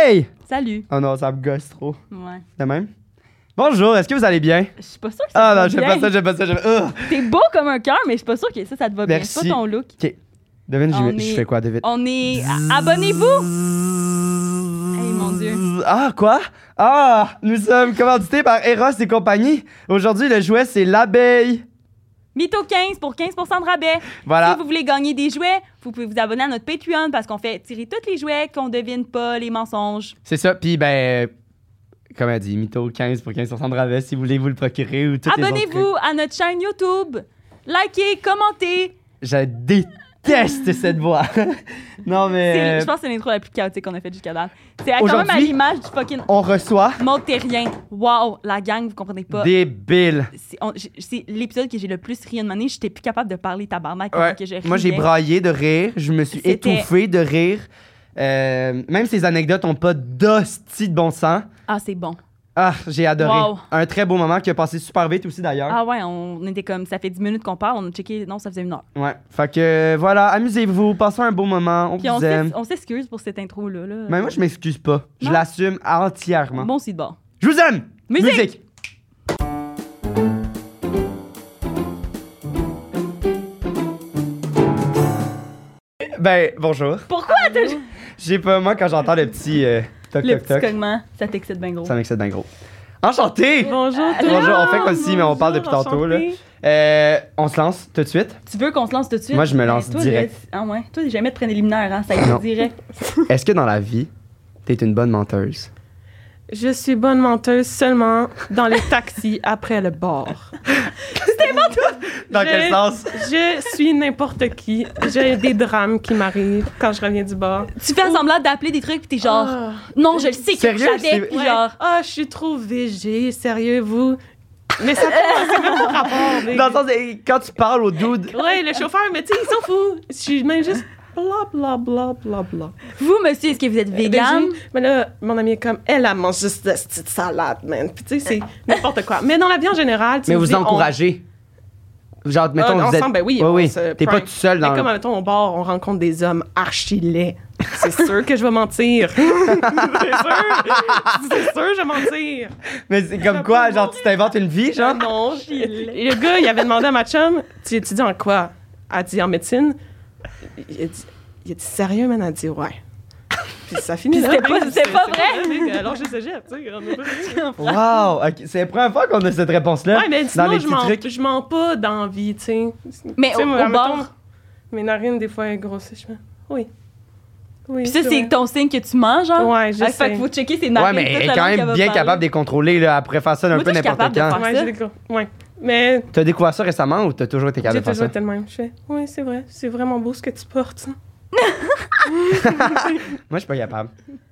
Hey! Salut. Oh non, ça me gosse trop. Ouais. De même? Bonjour, est-ce que vous allez bien? Je suis pas sûre que ça te va j'aime bien. pas ça, j'aime pas ça, j'aime... T'es beau comme un cœur, mais je suis pas sûre que ça te va bien. C'est Merci. pas ton look. OK. Devine, On je est- fais quoi, devine? On est... Abonnez-vous! Hey, mon Dieu. Ah, quoi? Ah, nous sommes commandités par Eros et compagnie. Aujourd'hui, le jouet, c'est l'abeille. Mytho 15 pour 15% de rabais. Voilà. Si vous voulez gagner des jouets, vous pouvez vous abonner à notre Patreon parce qu'on fait tirer tous les jouets qu'on devine pas, les mensonges. C'est ça. Puis, ben, comme elle dit, Mytho 15 pour 15% de rabais si vous voulez vous le procurer ou toutes les autres Abonnez-vous à notre chaîne YouTube. Likez, commentez. Je déteste cette voix. Non, mais... Je pense que c'est l'intro la plus chaotique qu'on a faite jusqu'à date. C'est quand même à Aujourd'hui, l'image du fucking... On reçoit Maud Terrien. Wow, la gang, vous comprenez pas. débile. C'est l'épisode que j'ai le plus ri une année. J'étais plus capable de parler tabarnak. Ouais. Que je Moi, j'ai riais. braillé de rire. Je me suis C'était- étouffé de rire. Même ces anecdotes ont pas d'hostie de bon sens. Ah, c'est bon. Ah, j'ai adoré. Wow. Un très beau moment qui a passé super vite aussi, d'ailleurs. Ah ouais, on était comme... Ça fait 10 minutes qu'on parle. On a checké... Non, ça faisait 1 heure. Ouais. Fait que, voilà, amusez-vous, passez un beau moment. On Puis vous aime. on s'excuse pour cette intro-là. Là. Mais moi, je m'excuse pas. Je Non. l'assume entièrement. Bon, c'est de bord. Je vous aime! Musique! Ben, bonjour. Pourquoi t'as... J'ai pas, moi, quand j'entends le petit toc Le toc petit toc, cognement, ça t'excite bien gros. ça m'excite bien gros. Enchanté! Bonjour, tout Bonjour, le on fait monde. comme si, mais on parle depuis tantôt, là. Enchantée. On se lance tout de suite. Tu veux qu'on se lance tout de suite? Moi, je me lance toi, direct. Ah ouais? Toi, jamais de préliminaire, hein? Ça a été Non. direct. Est-ce que dans la vie, t'es une bonne menteuse? Je suis bonne menteuse seulement dans les taxis après le bar. Dans quel sens? Je suis n'importe qui. J'ai des drames qui m'arrivent quand je reviens du bar. Tu fais semblant d'appeler des trucs, puis t'es genre... Ah. Non, je le sais que Sérieux? j'avais, C'est- puis Ouais. genre... Ah, je suis trop végé, sérieux, vous. Mais ça c'est même pas rapport. mais- Dans le sens, quand tu parles au dude, Ouais, le chauffeur, mais tu sais, il s'en fout. Je suis même juste bla bla bla bla bla. Vous, monsieur, est-ce que vous êtes vegan? Mais là, mon ami est comme, elle mange juste de cette petite salade, man. Puis tu sais, c'est n'importe quoi. Mais dans la vie en général, tu mais me vous dis, encouragez. Genre, mettons, vous êtes... ensemble, ben oui, Oui, on oui. se T'es pas prank. tout seul dans... Mais comme, mettons, au bar, on rencontre des hommes archi-laids. C'est sûr que je vais mentir. C'est sûr, je vais mentir. Mais c'est comme quoi? Genre, tu t'inventes une vie, genre? Non. Et le gars, il avait demandé à ma chum, tu étudies en quoi? Elle a dit en médecine. Il a dit sérieux, man? Elle a dit ouais. Puis ça finit Puis là. c'était pas vrai. Alors, je cégep, tu sais. On est pas- Wow! ok, c'est la première fois qu'on a cette réponse-là. Ouais, mais dans sinon, les je petits trucs. mens pas dans la vie, tu sais. Mais Tu sais, au moi, bar... mettons, mes narines, des fois, elles grossissent. Je fais, oui. Oui. Puis ça, c'est vrai. ton signe que tu manges, genre? Ouais, je Fait sais. qu'il faut checker ses Ouais, narines. mais toute elle est la quand langue qu'elle même va bien parler. capable de les contrôler, là. Elle pourrait faire ça un Moi, peu toi, je suis n'importe capable de quand. faire Ouais, ça. j'ai des ouais. Mais T'as découvert ça récemment ou t'as toujours été j'ai capable de faire toujours ça? été le même. Je fais, oui, c'est vrai. C'est vraiment beau ce que tu portes. Moi, je suis pas capable.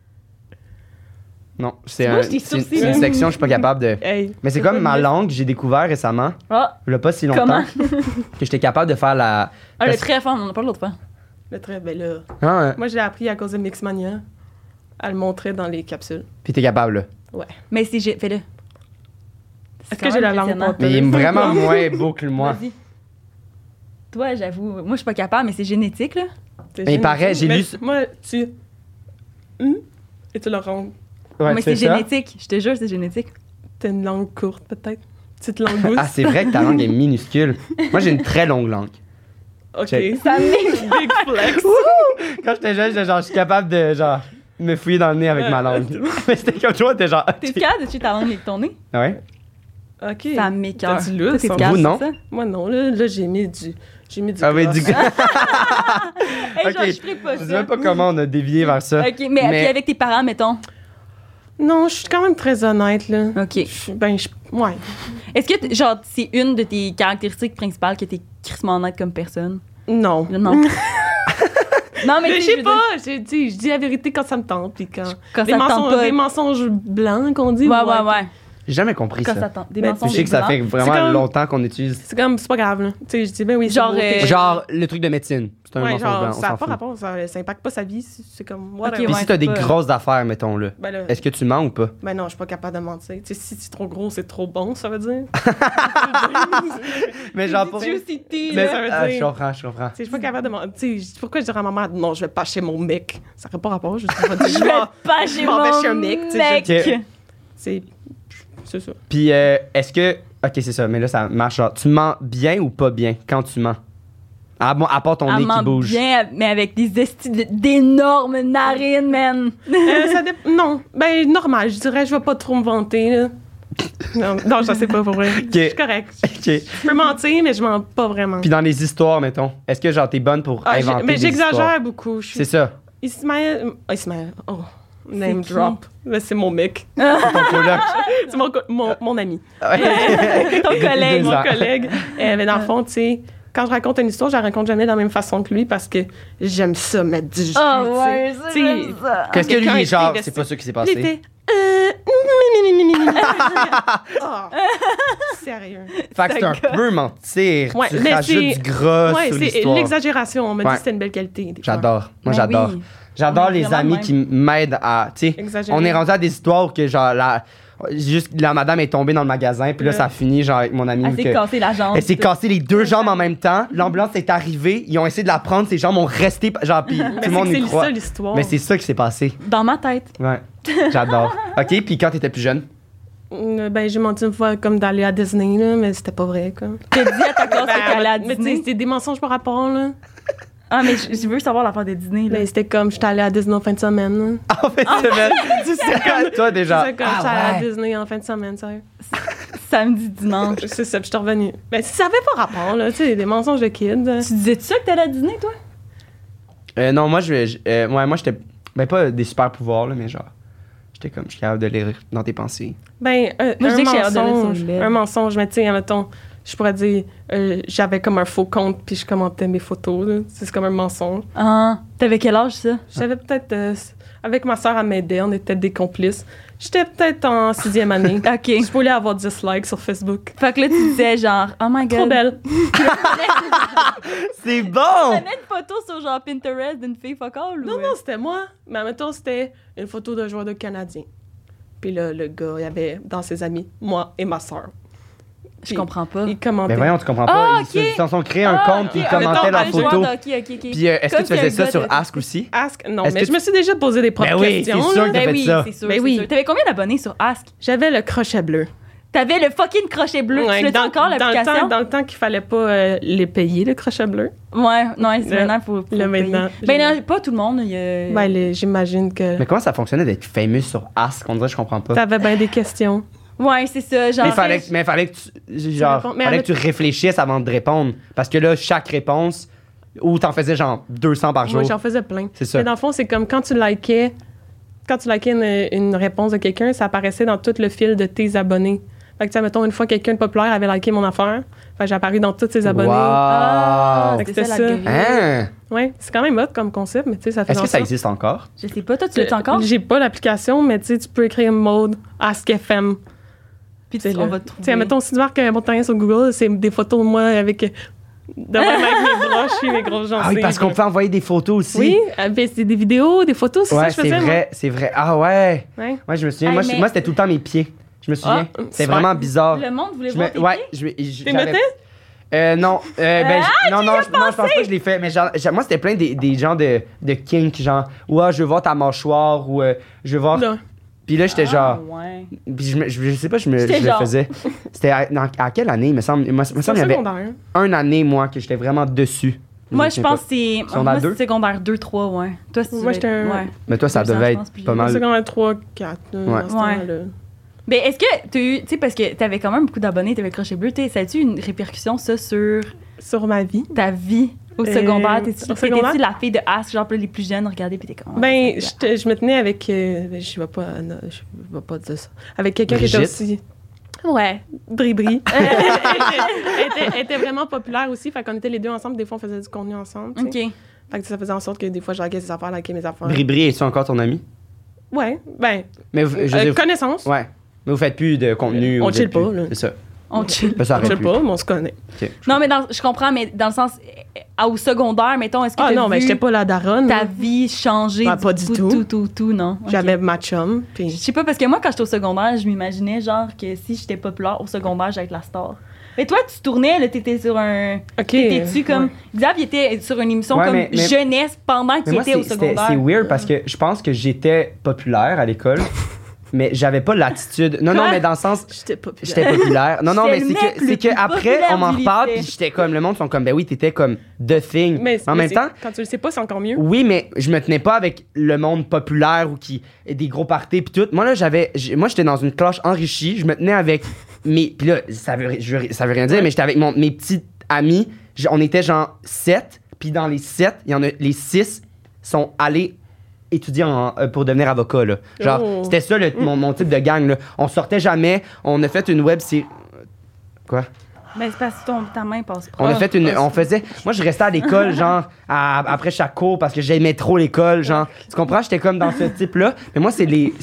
Non, c'est Moi, un- je dis c'est une, sourcils, c'est une là. section, je suis pas capable de... Hey. Mais c'est comme ma langue, j'ai découvert récemment, Ah, il y a pas si longtemps, Comment? que j'étais capable de faire la... ah, le Parce- très fort, on en a parlé l'autre fois. Le très bel là. Ah, ouais. Moi, je l'ai appris à cause de Mixmania. Elle le montrait dans les capsules. Puis t'es capable, là. Mais si j'ai... Fais-le. Est-ce que j'ai la langue impressionnant. Mais il est vraiment moins beau que moi. Vas-y. Toi, j'avoue, moi, je suis pas capable, mais c'est génétique, là. C'est il paraît, j'ai Mais lu- Moi, tu. Et tu le rends. Ouais, mais tu fais c'est ça? génétique. Je te jure, c'est génétique. T'as une langue courte, peut-être. Petite langue douce. Ah, c'est vrai que ta langue est minuscule. Moi, j'ai une très longue langue. OK. check. Ça Big flex. Quand j'étais jeune, j'étais genre, je suis capable de, genre, me fouiller dans le nez avec ma langue. Mais c'était comme toi, t'es genre... T'es capable de tuer ta langue avec ton nez? Ouais. OK. Ça m'écoeure. T'as du lousse, Toi, t'es hein. capable Vous, de non? ça? Moi, non. Là j'ai mis du. J'ai mis du. Ah oui, gras. du gars. Hey, genre, Ok. je ferais pas Je sais ça. même pas comment on a dévié vers ça. OK, mais puis avec tes parents, mettons. Non, je suis quand même très honnête, là. OK. Ouais. Est-ce que, genre, c'est une de tes caractéristiques principales que t'es crissement honnête comme personne? Non. Non. Non, mais Mais tu je sais, sais pas, je dis la vérité quand ça me tente, puis quand... Quand des, ça te tente mensonges, pas. des mensonges blancs qu'on dit. Ouais. J'ai jamais compris Quand ça. ça tente. Des Ben, Je mensonges sais que ça fait blancs. vraiment C'est comme- longtemps qu'on utilise. C'est pas grave, là. Tu sais, je dis, ben oui, c'est Genre, beau, t'es- Genre, le truc de médecine. C'est un ouais, mensonge genre, blanc, on ça n'a s'en pas fout. rapport, ça impacte pas sa vie, c'est comme, Ok, whatever. Puis ouais, si t'as des pas- grosses affaires, mettons, là, Ben là, est-ce que tu mens ou pas? ben non, je suis pas capable de mentir. Tu sais, si c'est trop gros, c'est trop bon, ça veut dire. Mais genre, pour... Juicy tea, Mais- là, ça veut Ah, dire. je comprends, je comprends. Tu sais, je suis pas capable de mentir. Tu sais, je dis, pourquoi je dirais à ma mère, non, je vais pas chez mon mec. Ça n'aurait pas rapport, je dis, Je vais pas chez je m'en vais mon chez un mec, tu sais, mec. je- C'est ça. Puis est-ce que... Ok, c'est ça, mais là, ça marche. Genre, tu mens bien ou pas bien quand tu mens? Ah bon, à part ton Elle nez qui ment bouge. bien, mais avec des d'énormes narines, man. Non, ben normal, je dirais, je vais pas trop me vanter, là. Non, je sais pas pour vrai. Je suis correct. Ok. Je peux mentir, mais je mens pas vraiment. Puis dans les histoires, mettons, est-ce que genre t'es bonne pour inventer mais des histoires? j'exagère beaucoup. Je suis C'est ça. Ismaël. Oh, name qui? drop. Mais c'est mon mec. Ton coloc. C'est mon ami. Ouais. Ton collègue. Mon collègue. Mais dans le fond, tu sais, quand je raconte une histoire, je la raconte jamais de la même façon que lui parce que j'aime ça mettre du jus. Ah tu sais. ouais, Tu sais, c'est ça. Qu'est-ce que lui, Quelqu'un est genre, était c'est pas ça qui s'est Il passé? était. Oh, sérieux. Fait que c'est un peu mentir. Ouais, tu mais rajoutes c'est- du gras Ouais, sur c'est l'histoire. l'exagération. On m'a dit Ouais. que c'était une belle qualité. des fois. J'adore. Moi, Ben j'adore. oui. J'adore On est les vraiment amis de qui m'aident à. Tu sais, Exagérer. on est rendu à des histoires où que genre la madame est tombée dans le magasin, puis là, Ouais. ça finit genre avec mon ami. Elle s'est que- cassée la jambe. Elle s'est cassé les deux jambes en même temps. L'ambulance est arrivée. Ils ont essayé de la prendre. Ses jambes ont resté. Genre, puis tout Mais le monde c'est y que croit. c'est ça l'histoire. Mais c'est ça qui s'est passé. Dans ma tête. Ouais. J'adore. OK, puis quand t'étais plus jeune? Ben, j'ai menti une fois comme d'aller à Disney, là, mais c'était pas vrai, quoi. T'as dit à ta classe que t'allais à Mais tu sais, Disney. c'était des mensonges par rapport, là. Ah, mais je veux savoir l'affaire de Disney, là. Ben, c'était comme, j'étais allée à Disney en fin de semaine, là. En fait, semaine. Toi, déjà. C'est comme, j'étais allée à Disney en fin de semaine, sérieux. Samedi, dimanche. C'est ça, puis je suis revenue. Ben, si ça avait pas rapport, là, tu sais, des mensonges de kids. Tu disais-tu ça que t'allais à Disney, toi? Non, moi, ouais, moi, j'étais. Ben, pas des super pouvoirs, là, mais genre. J'étais comme, je suis capable de lire dans tes pensées. Ben, Moi, je dis que j'ai hâte de lire mensonge, sur le web. un mensonge, mais tu sais, admettons, je pourrais dire, j'avais comme un faux compte, puis je commentais mes photos, là. C'est comme un mensonge. Ah, t'avais quel âge, ça? J'avais peut-être, avec ma soeur, elle m'aidait, on était des complices. J'étais peut-être en 6e année. OK. Je voulais avoir 10 likes sur Facebook. Fait que là, tu disais genre, oh my god. Trop belle. C'est bon! Tu prenais une photo sur genre Pinterest d'une fille fuck all, ou? Non, non, c'était moi. Mais admettons, c'était une photo d'un joueur de Canadien. Puis là, le gars, il y avait dans ses amis, moi et ma soeur. Je comprends pas. Il commentait. Ben voyons, tu comprends pas. Ah, Ils ok. s'en sont créés un compte, puis ils commentaient leurs photos. OK. Puis est-ce que Comme tu faisais qu'un ça gars sur de- Ask aussi? Ask, non, Est-ce mais que je me suis déjà posé des propres Ben oui, questions. c'est sûr là. que t'as Ben fait oui, ça. c'est sûr, Ben c'est oui. sûr. T'avais combien d'abonnés sur Ask? J'avais le crochet bleu. T'avais le fucking crochet bleu. Ouais, Tu l'as encore, l'application? dans le temps qu'il fallait pas les payer, le crochet bleu. Ouais, non, c'est Le- maintenant, faut le payer. maintenant, Ben non, pas tout le monde. Il y a... Ben, j'imagine que Mais comment ça fonctionnait d'être famous sur Ask? On dirait que je comprends pas. t'avais bien des questions. Ouais, c'est ça. Genre, Mais fallait que tu, genre, réponds. Mais fallait avec- que tu réfléchisses avant de répondre. Parce que là, chaque réponse, ou t'en faisais genre 200 par jour. Moi, j'en faisais plein. C'est ça. Mais dans le fond, c'est comme quand tu likais une réponse de quelqu'un, ça apparaissait dans tout le fil de tes abonnés. Fait que, tu sais, mettons, une fois quelqu'un de populaire avait liké mon affaire, fait que j'ai apparu dans tous ses abonnés. Ah, Wow! Fait que c'est ça, c'était ça. l'algorithme. Hein? Ouais, c'est quand même hot comme concept, mais tu sais, ça fait Est-ce dans que ça existe encore? Je sais pas, toi, tu l'as encore? J'ai pas l'application, mais tu sais, tu peux écrire mode Ask FM. Puis Tu sais, on là. va te Tu sais, trouver. mettons, si tu marques Montagne sur Google, c'est des photos de moi avec de même avec mes broches et mes grosses gencives. Ah oui, parce qu'on peut envoyer des photos aussi. Oui, ben, c'est des vidéos, des photos, c'est ça Ouais, que je c'est faisais. vrai, c'est vrai. Ah ouais. Moi. Ouais. Ouais, je me souviens. Hey, Moi, mais- moi, c'était tout le temps mes pieds. Je me souviens. Ah, c'est super. vraiment bizarre. Le monde voulait Je voir me- tes ouais, pieds? T'es j'avais- mettais? Non, non, je pense pas que je l'ai fait, mais genre, moi, c'était plein des genres de kink, genre, ouais, je veux voir ta mâchoire, ou je veux voir. Non. Puis là, j'étais genre, Ah, ouais. puis je sais pas, je J'étais le genre- faisais. C'était à quelle année, il me semble? Il me semble C'est qu'il y avait secondaire. une année, moi, que j'étais vraiment dessus. Moi, me je souviens pense pas. que c'est. Secondaire Moi, deux? c'est secondaire 2, 3, ouais. Toi, c'est. Moi, j'étais un- Ouais. Mais toi, ça Deux ans, devait je pense, être plus pas jeune. mal. Secondaire 3, 4. Ouais. Ouais. Mais est-ce que tu as eu. Tu sais, parce que t'avais quand même beaucoup d'abonnés, t'avais le crochet bleu, ça a-tu une répercussion, ça, sur Sur ma vie. ta vie au secondaire? au secondaire? T'étais-tu la fille de Ask, genre, les plus jeunes, regardez, puis t'es comme. Ben, je me tenais avec. Je vais pas dire ça. Avec quelqu'un qui était Brigitte? aussi. Ouais, Bri-Bri. Elle était vraiment populaire aussi. Fait qu'on était les deux ensemble. Des fois, on faisait du contenu ensemble. tu sais. OK. Fait que ça faisait en sorte que des fois, je likais ses affaires, likais mes affaires. Bri-Bri, es-tu encore ton ami? Ouais, ben, Mais je veux dire, connaissance. ouais. Mais vous faites plus de contenu. On vous chill êtes plus- pas, là. C'est ça. On chill. Ça On aurait sait pu. pas, mais on se connaît. Ok. Non, mais je comprends, mais dans le sens, au secondaire, mettons, est-ce que Ah t'as non, mais vu j'étais pas la daronne. ta là. vie changer Ah, pas du tout. tout, non? Ok. J'avais ma chum, Je puis... sais pas, parce que moi, quand j'étais au secondaire, je m'imaginais, genre, que si j'étais populaire au secondaire, j'allais être la star. Mais toi, tu tournais, là, t'étais sur un... OK. T'étais-tu comme... Ouais. Xav, il était sur une émission Ouais, comme mais- jeunesse pendant Mais qu'il moi, était au c'est secondaire. weird parce que je pense que j'étais populaire à l'école, mais j'avais pas l'attitude. Non, Quoi? mais dans le sens, J'étais pas j'étais populaire. Non, J'étais mais le c'est mec que, le c'est que plus après, populaire on m'en du reparle, lycée. puis j'étais comme, le monde sont comme, ben oui, t'étais comme the thing. Mais en même temps, quand tu le sais pas, c'est encore mieux. oui, mais je me tenais pas avec le monde populaire ou qui des gros parties puis tout. Moi là, moi j'étais dans une cloche enrichie, je me tenais avec mes puis là, ça veut rien dire, mais j'étais avec mes petits amis, on était genre 7, puis dans les 7, il y en a les 6 sont allés étudier pour devenir avocat là. Genre Oh. c'était ça mon type de gang là. On sortait jamais, on a fait une web série. Quoi? Mais c'est parce que ta main passe On a proche. fait moi je restais à l'école genre après chaque cours parce que j'aimais trop l'école genre. Tu comprends, j'étais comme dans ce type là, mais moi c'est les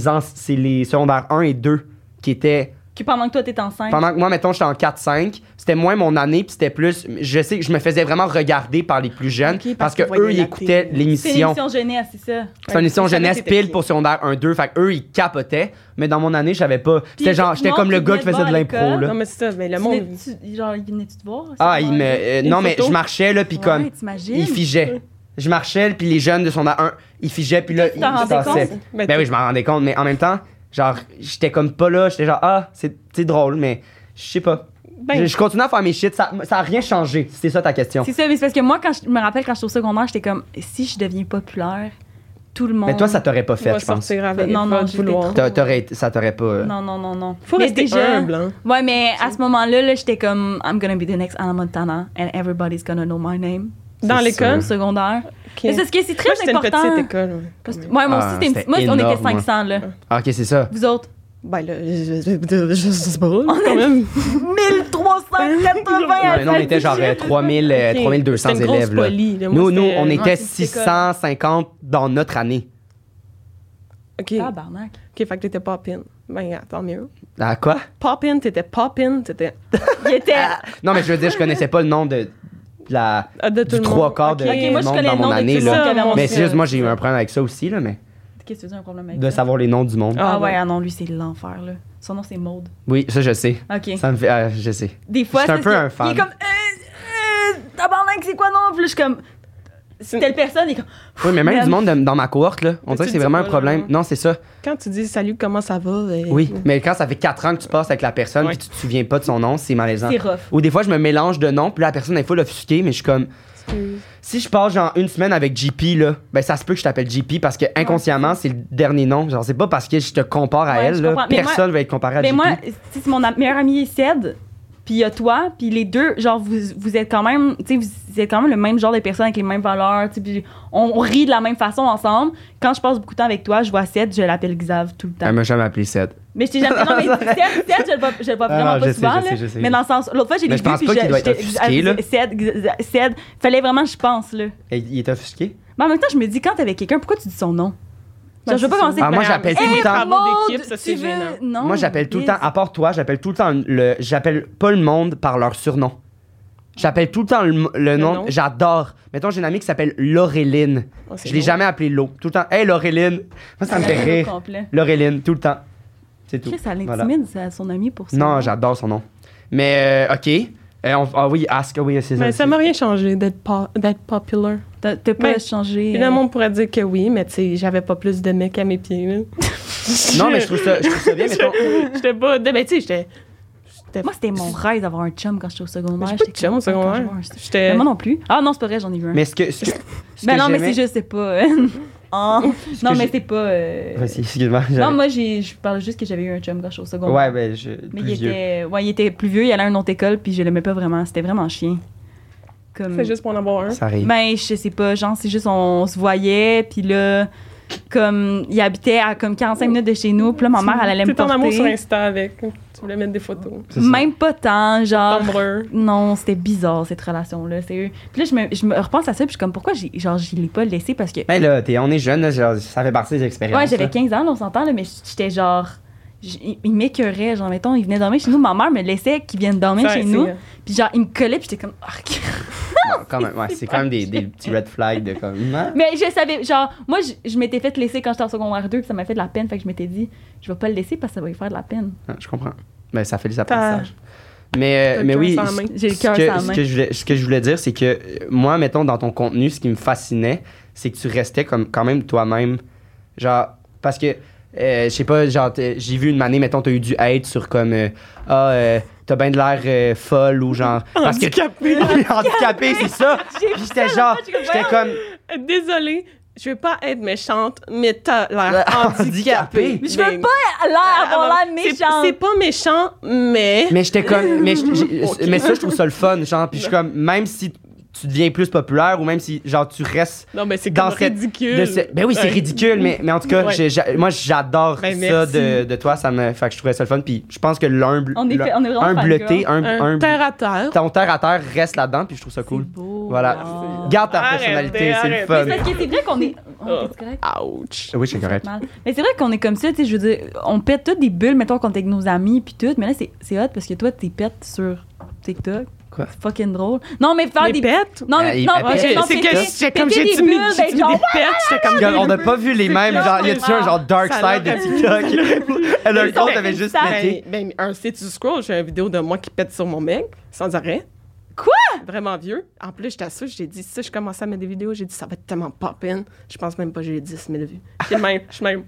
secondaires 1 et 2 qui étaient Que pendant que toi, t'es enceinte. pendant que moi mettons j'étais en 4-5, c'était moins mon année puis c'était plus je sais que je me faisais vraiment regarder par les plus jeunes Ok, parce parce que qu'ils voyaient eux ils la écoutaient télé. C'est une l'émission. émission jeunesse, c'est ça. C'est une émission Ils savaient jeunesse que t'étais pile pour secondaire 1-2, fait que eux ils capotaient, mais dans mon année j'avais pas. C'était genre j'étais non, comme le tu gars venais qui de faisait de voir à l'impro l'école. là. Non, mais c'est ça, mais le monde... Genre, il venait-tu te voir? Ah, il me Une non mais photo? je marchais là puis comme Ouais, t'imagines? il figeait. Je marchais, puis les jeunes de son 1, ils figeaient, puis là, Tu ils t'en rendais passaient. compte? Ben oui, je m'en rendais compte, mais en même temps, genre, j'étais comme pas là, j'étais genre, ah, c'est drôle, mais je sais pas. Ben- Je continue à faire mes shit, ça a rien changé, c'est ça ta question. C'est ça, mais c'est parce que moi, quand je me rappelle, quand j'étais au secondaire, j'étais comme, si je deviens populaire, tout le monde. Mais toi, ça t'aurait pas On fait, va je pense. sortir avec Non, pas non, de vouloir. Ça t'aurait pas. Non. Faut Mais rester humble, hein. Ouais, mais à ce moment-là, là, j'étais comme, I'm gonna be the next Anna Montana, and everybody's gonna know my name. Dans C'est l'école? Au secondaire. Ok. Mais c'est ce que c'est très Moi, c'était une important. petite école. Ouais, quand même. Ouais, moi Ah, aussi, c'était une c'était petite. Moi, on était énorme, moi. 500, là. Ah, ok, c'est ça. Vous autres? Ben là, je sais pas, quand même. 1380 Non, nous, on était genre 3200 C'était une grosse élèves, là. poly, là. Moi, Nous, c'était- on Ouais, était c'est une petite 650 dans notre année. OK. Tabarnak. OK, fait que t'étais pop-in. Ben, tant mieux. Ah, quoi? Pop-in, t'étais... Il était. Non, mais je veux dire, je connaissais pas le nom de la de tout du le trois monde. quarts de Ok, du moi, je monde connais dans le nom mon de tout année le monde là. qui avait mon Mais c'est juste fils. moi j'ai eu un problème avec ça aussi là, mais Qu'est-ce que tu veux dire un problème avec de ça? savoir les noms du monde. Ah Ah ouais, ouais. ah non, lui, c'est l'enfer, là. Son nom, c'est Maude. Oui, ça je sais. OK. Ça me fait je sais. Des fois, Je suis un c'est peu parce un que- fan. Il est comme, tabarnak, c'est quoi non? Puis là, je suis comme, c'est telle personne, il est comme, Oui, mais même Man. du monde dans ma cohorte là, on Mais dirait que tu c'est dis vraiment un pas, problème. là. Non, c'est ça. Quand tu dis « Salut, comment ça va? » Oui, mais quand ça fait 4 ans que tu passes avec la personne Ouais. puis tu te souviens pas de son nom, c'est malaisant. c'est rough. Ou des fois je me mélange de noms, puis là la personne est full offusquée, mais je suis comme si je passe genre une semaine avec JP là, ben ça se peut que je t'appelle JP parce que inconsciemment c'est le dernier nom. Genre c'est pas parce que je te compare à Ouais, elle je là, comprends. Mais personne va être comparé à Mais JP. moi, tu sais, c'est mon meilleur ami Ced, puis il y a toi, puis les deux, genre, vous êtes quand même, tu sais, vous êtes quand même le même genre de personnes avec les mêmes valeurs, tu sais, puis on rit de la même façon ensemble. Quand je passe beaucoup de temps avec toi, je vois Ced, je l'appelle Xav tout le temps. Elle m'a jamais appelé Seth. Mais je t'ai jamais. Non, mais Ced, je le vois vraiment Ah, pas je sais, souvent, je sais, là. je sais. Mais dans le sens. L'autre fois, j'ai Mais vu je pense puis pas qu'il doit être offusqué, là. Ced, fallait vraiment que je pense, là. Il est offusqué? Mais en même temps, je me dis, quand t'es avec quelqu'un, pourquoi tu dis son nom? Genre, je veux pas commencer Ah, moi, j'appelle tout le temps. Travaux d'équipe, ça, c'est tu veux- gênant. Non, Moi, j'appelle tout le temps, Liz. à part toi, j'appelle tout le temps j'appelle pas le monde par leur surnom. J'appelle tout le temps le nom. nom. J'adore. Mettons, j'ai une amie qui s'appelle Laureline. Oh, c'est Je l'ai drôle. jamais appelée Lo. Tout le temps. Hey, Laureline. Moi, ça me fait Au rire. complet. Laureline, tout le temps. C'est tout. Chris, ça Voilà. l'intimide, son ami, pour ça. Non, j'adore son nom. Mais, OK. Ah oui, Ask, oui, c'est ça. Mais ça m'a rien changé d'être popular. T'as pas Ben, changé. Puis le monde pourrait dire que oui, mais tu sais, j'avais pas plus de mecs à mes pieds, là. Non, mais je trouve ça bien, mettons. J'étais pas... Ben, tu sais, j'étais... Moi, c'était mon rêve d'avoir un chum quand j'étais au secondaire. J'ai pas de J'étais chum au comme, attends, secondaire. je vais avoir un- J'étais... Mais moi non plus. Ah non, c'est pas vrai, j'en ai vu un. Mais ce que Ben non, mais j'aimais- c'est juste, c'est pas. Ah. Non, mais j'ai- c'est pas. Vas-y, excuse-moi. Non, moi, je parlais juste que j'avais eu un chum quand j'étais au secondaire. Ouais, ben, Mais plus vieux. il était plus vieux, il allait à une autre école, puis je l'aimais pas vraiment. C'était vraiment chien. Comme. C'est juste pour en avoir un. Ça arrive. Ben, je sais pas, genre, c'est juste, on se voyait, puis là, comme, il habitait à comme 45 minutes de chez nous, puis là, ma mère, elle allait me T'es en amour sur porter. Insta avec. Tu voulais mettre des photos. C'est ça. Même pas tant, genre. Tumblr. Non, c'était bizarre, cette relation-là, sérieux. Puis là, je me repense à ça, puis je suis comme, pourquoi je l'ai pas laissé, parce que. Ben là, on est jeune, là, genre, ça fait partie des expériences. Ouais, j'avais là. 15 ans, là, on s'entend, là, mais j'étais genre. il m'écœurait. Genre, mettons, il venait dormir chez nous. Ma mère me laissait qu'il vienne dormir chez nous. Puis genre, il me collait, puis j'étais comme... Bon, quand même, ouais, c'est quand même des petits red flags de comme... Hein? Mais je savais, genre, moi, je m'étais fait laisser quand j'étais en secondaire 2, puis ça m'a fait de la peine. Fait que je m'étais dit, je vais pas le laisser parce que ça va lui faire de la peine. Ah, je comprends. Mais ça fait des apprentissages. Mais oui, J'ai le cœur sans la main. ce que je voulais dire, c'est que moi, mettons, dans ton contenu, ce qui me fascinait, c'est que tu restais comme quand même toi-même. Genre, parce que, je sais pas, genre, j'ai vu une année, mettons, t'as eu du hate sur comme, t'as bien de l'air folle ou genre. Parce handicapé. Que, handicapé, c'est ça. Puis j'étais genre, j'étais comme. Désolée, je veux pas être méchante, mais t'as l'air handicapé. Je veux pas avoir l'air méchante. C'est pas méchant, mais. Mais j'étais comme. Mais ça, je trouve ça le fun. Genre, puis je suis comme, même si tu deviens plus populaire ou même si, genre, tu restes. Non, mais c'est comme ridicule. Ben oui, c'est ridicule, mais en tout cas, moi, j'adore ça de toi. Fait que je trouvais ça le fun. Puis je pense que l'humbleté, terre à terre. Ton terre à terre reste là-dedans, puis je trouve ça cool. Beau. Voilà. Garde ta personnalité, c'est le fun. Mais parce que c'est vrai qu'on est. Ouch. Oui, c'est correct. Mais c'est vrai qu'on est comme ça, tu sais, je veux dire, on pète toutes des bulles, mettons, quand t'es avec nos amis, puis tout. Mais là, c'est hot parce que toi, t'es pètes sur TikTok. Quoi? C'est fucking drôle. Non, mais faire des pètes? Non, mais non, c'est que j'ai comme j'ai dit des pètes, j'étais comme on n'a pas vu les mêmes, genre y a-tu un genre dark side de TikTok? Elle a un compte avait juste pété. Ben si tu scroll, j'ai une vidéo de moi qui pète sur mon mec sans arrêt. Quoi? Vraiment vieux. En plus, j'étais sûre, j'ai dit ça, je commençais à mettre des vidéos, j'ai dit ça va être tellement poppin'. Je pense même pas que j'ai 10 000 vues. Je suis même.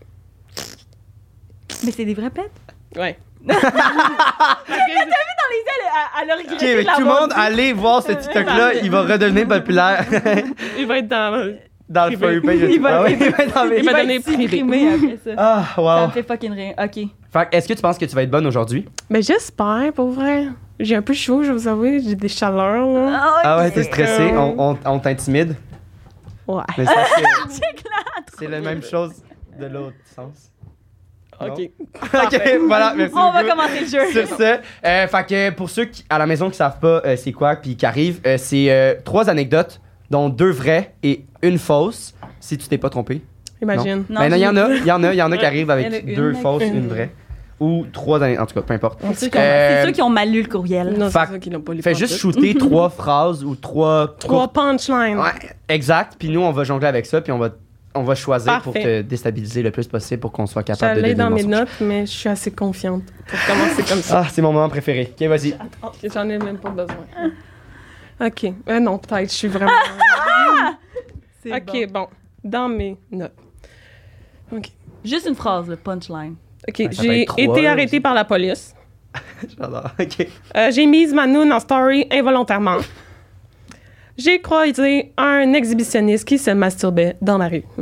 Mais c'est des vrais pets? Ouais. T'as vu dans les ailes, elle a regretté Ok, mais tout le monde, allez voir ce TikTok-là, il va redevenir populaire. Il va être dans le For page. Il va donner primé après ça. Ah, wow. Ça me fait fucking rire. OK. Fait est-ce que tu penses que tu vas être bonne aujourd'hui? Mais j'espère, pour vrai. J'ai un peu chaud, je vais vous avouer. J'ai des chaleurs, là. Ah ouais, t'es stressé? On t'intimide? Ouais. Mais c'est la même chose de l'autre sens. OK. OK, voilà, merci On va beaucoup. commencer le jeu. Sur ce, fait que pour ceux à la maison qui savent pas c'est quoi puis qui arrivent, c'est 3 anecdotes, dont 2 vraies et 1 fausse, si tu t'es pas trompé. Imagine. Non, il y en a qui arrivent avec Il y en a 2 une, fausses, 1 vraie. Ou 3 anecdotes, en tout cas, peu importe. C'est ceux qui ont mal lu le courriel. Non, c'est ceux qui n'ont pas lu. Fais juste shooter 3 phrases ou 3 punchlines. Ouais, exact. Puis nous, on va jongler avec ça, puis on va choisir Parfait. pour te déstabiliser le plus possible pour qu'on soit capable de J'allais deviner dans le mes mensonge. notes, mais je suis assez confiante pour commencer comme ça. Ah, c'est mon moment préféré. OK, vas-y. J'en ai même pas besoin. OK. Non, peut-être, je suis vraiment... OK, bon. Dans mes notes. OK. Juste une phrase, le punchline. OK, Ça peut j'ai être 3, été là, arrêtée par la police. J'adore. OK. J'ai mise ma noune en story involontairement. J'ai croisé un exhibitionniste qui se masturbait dans la rue.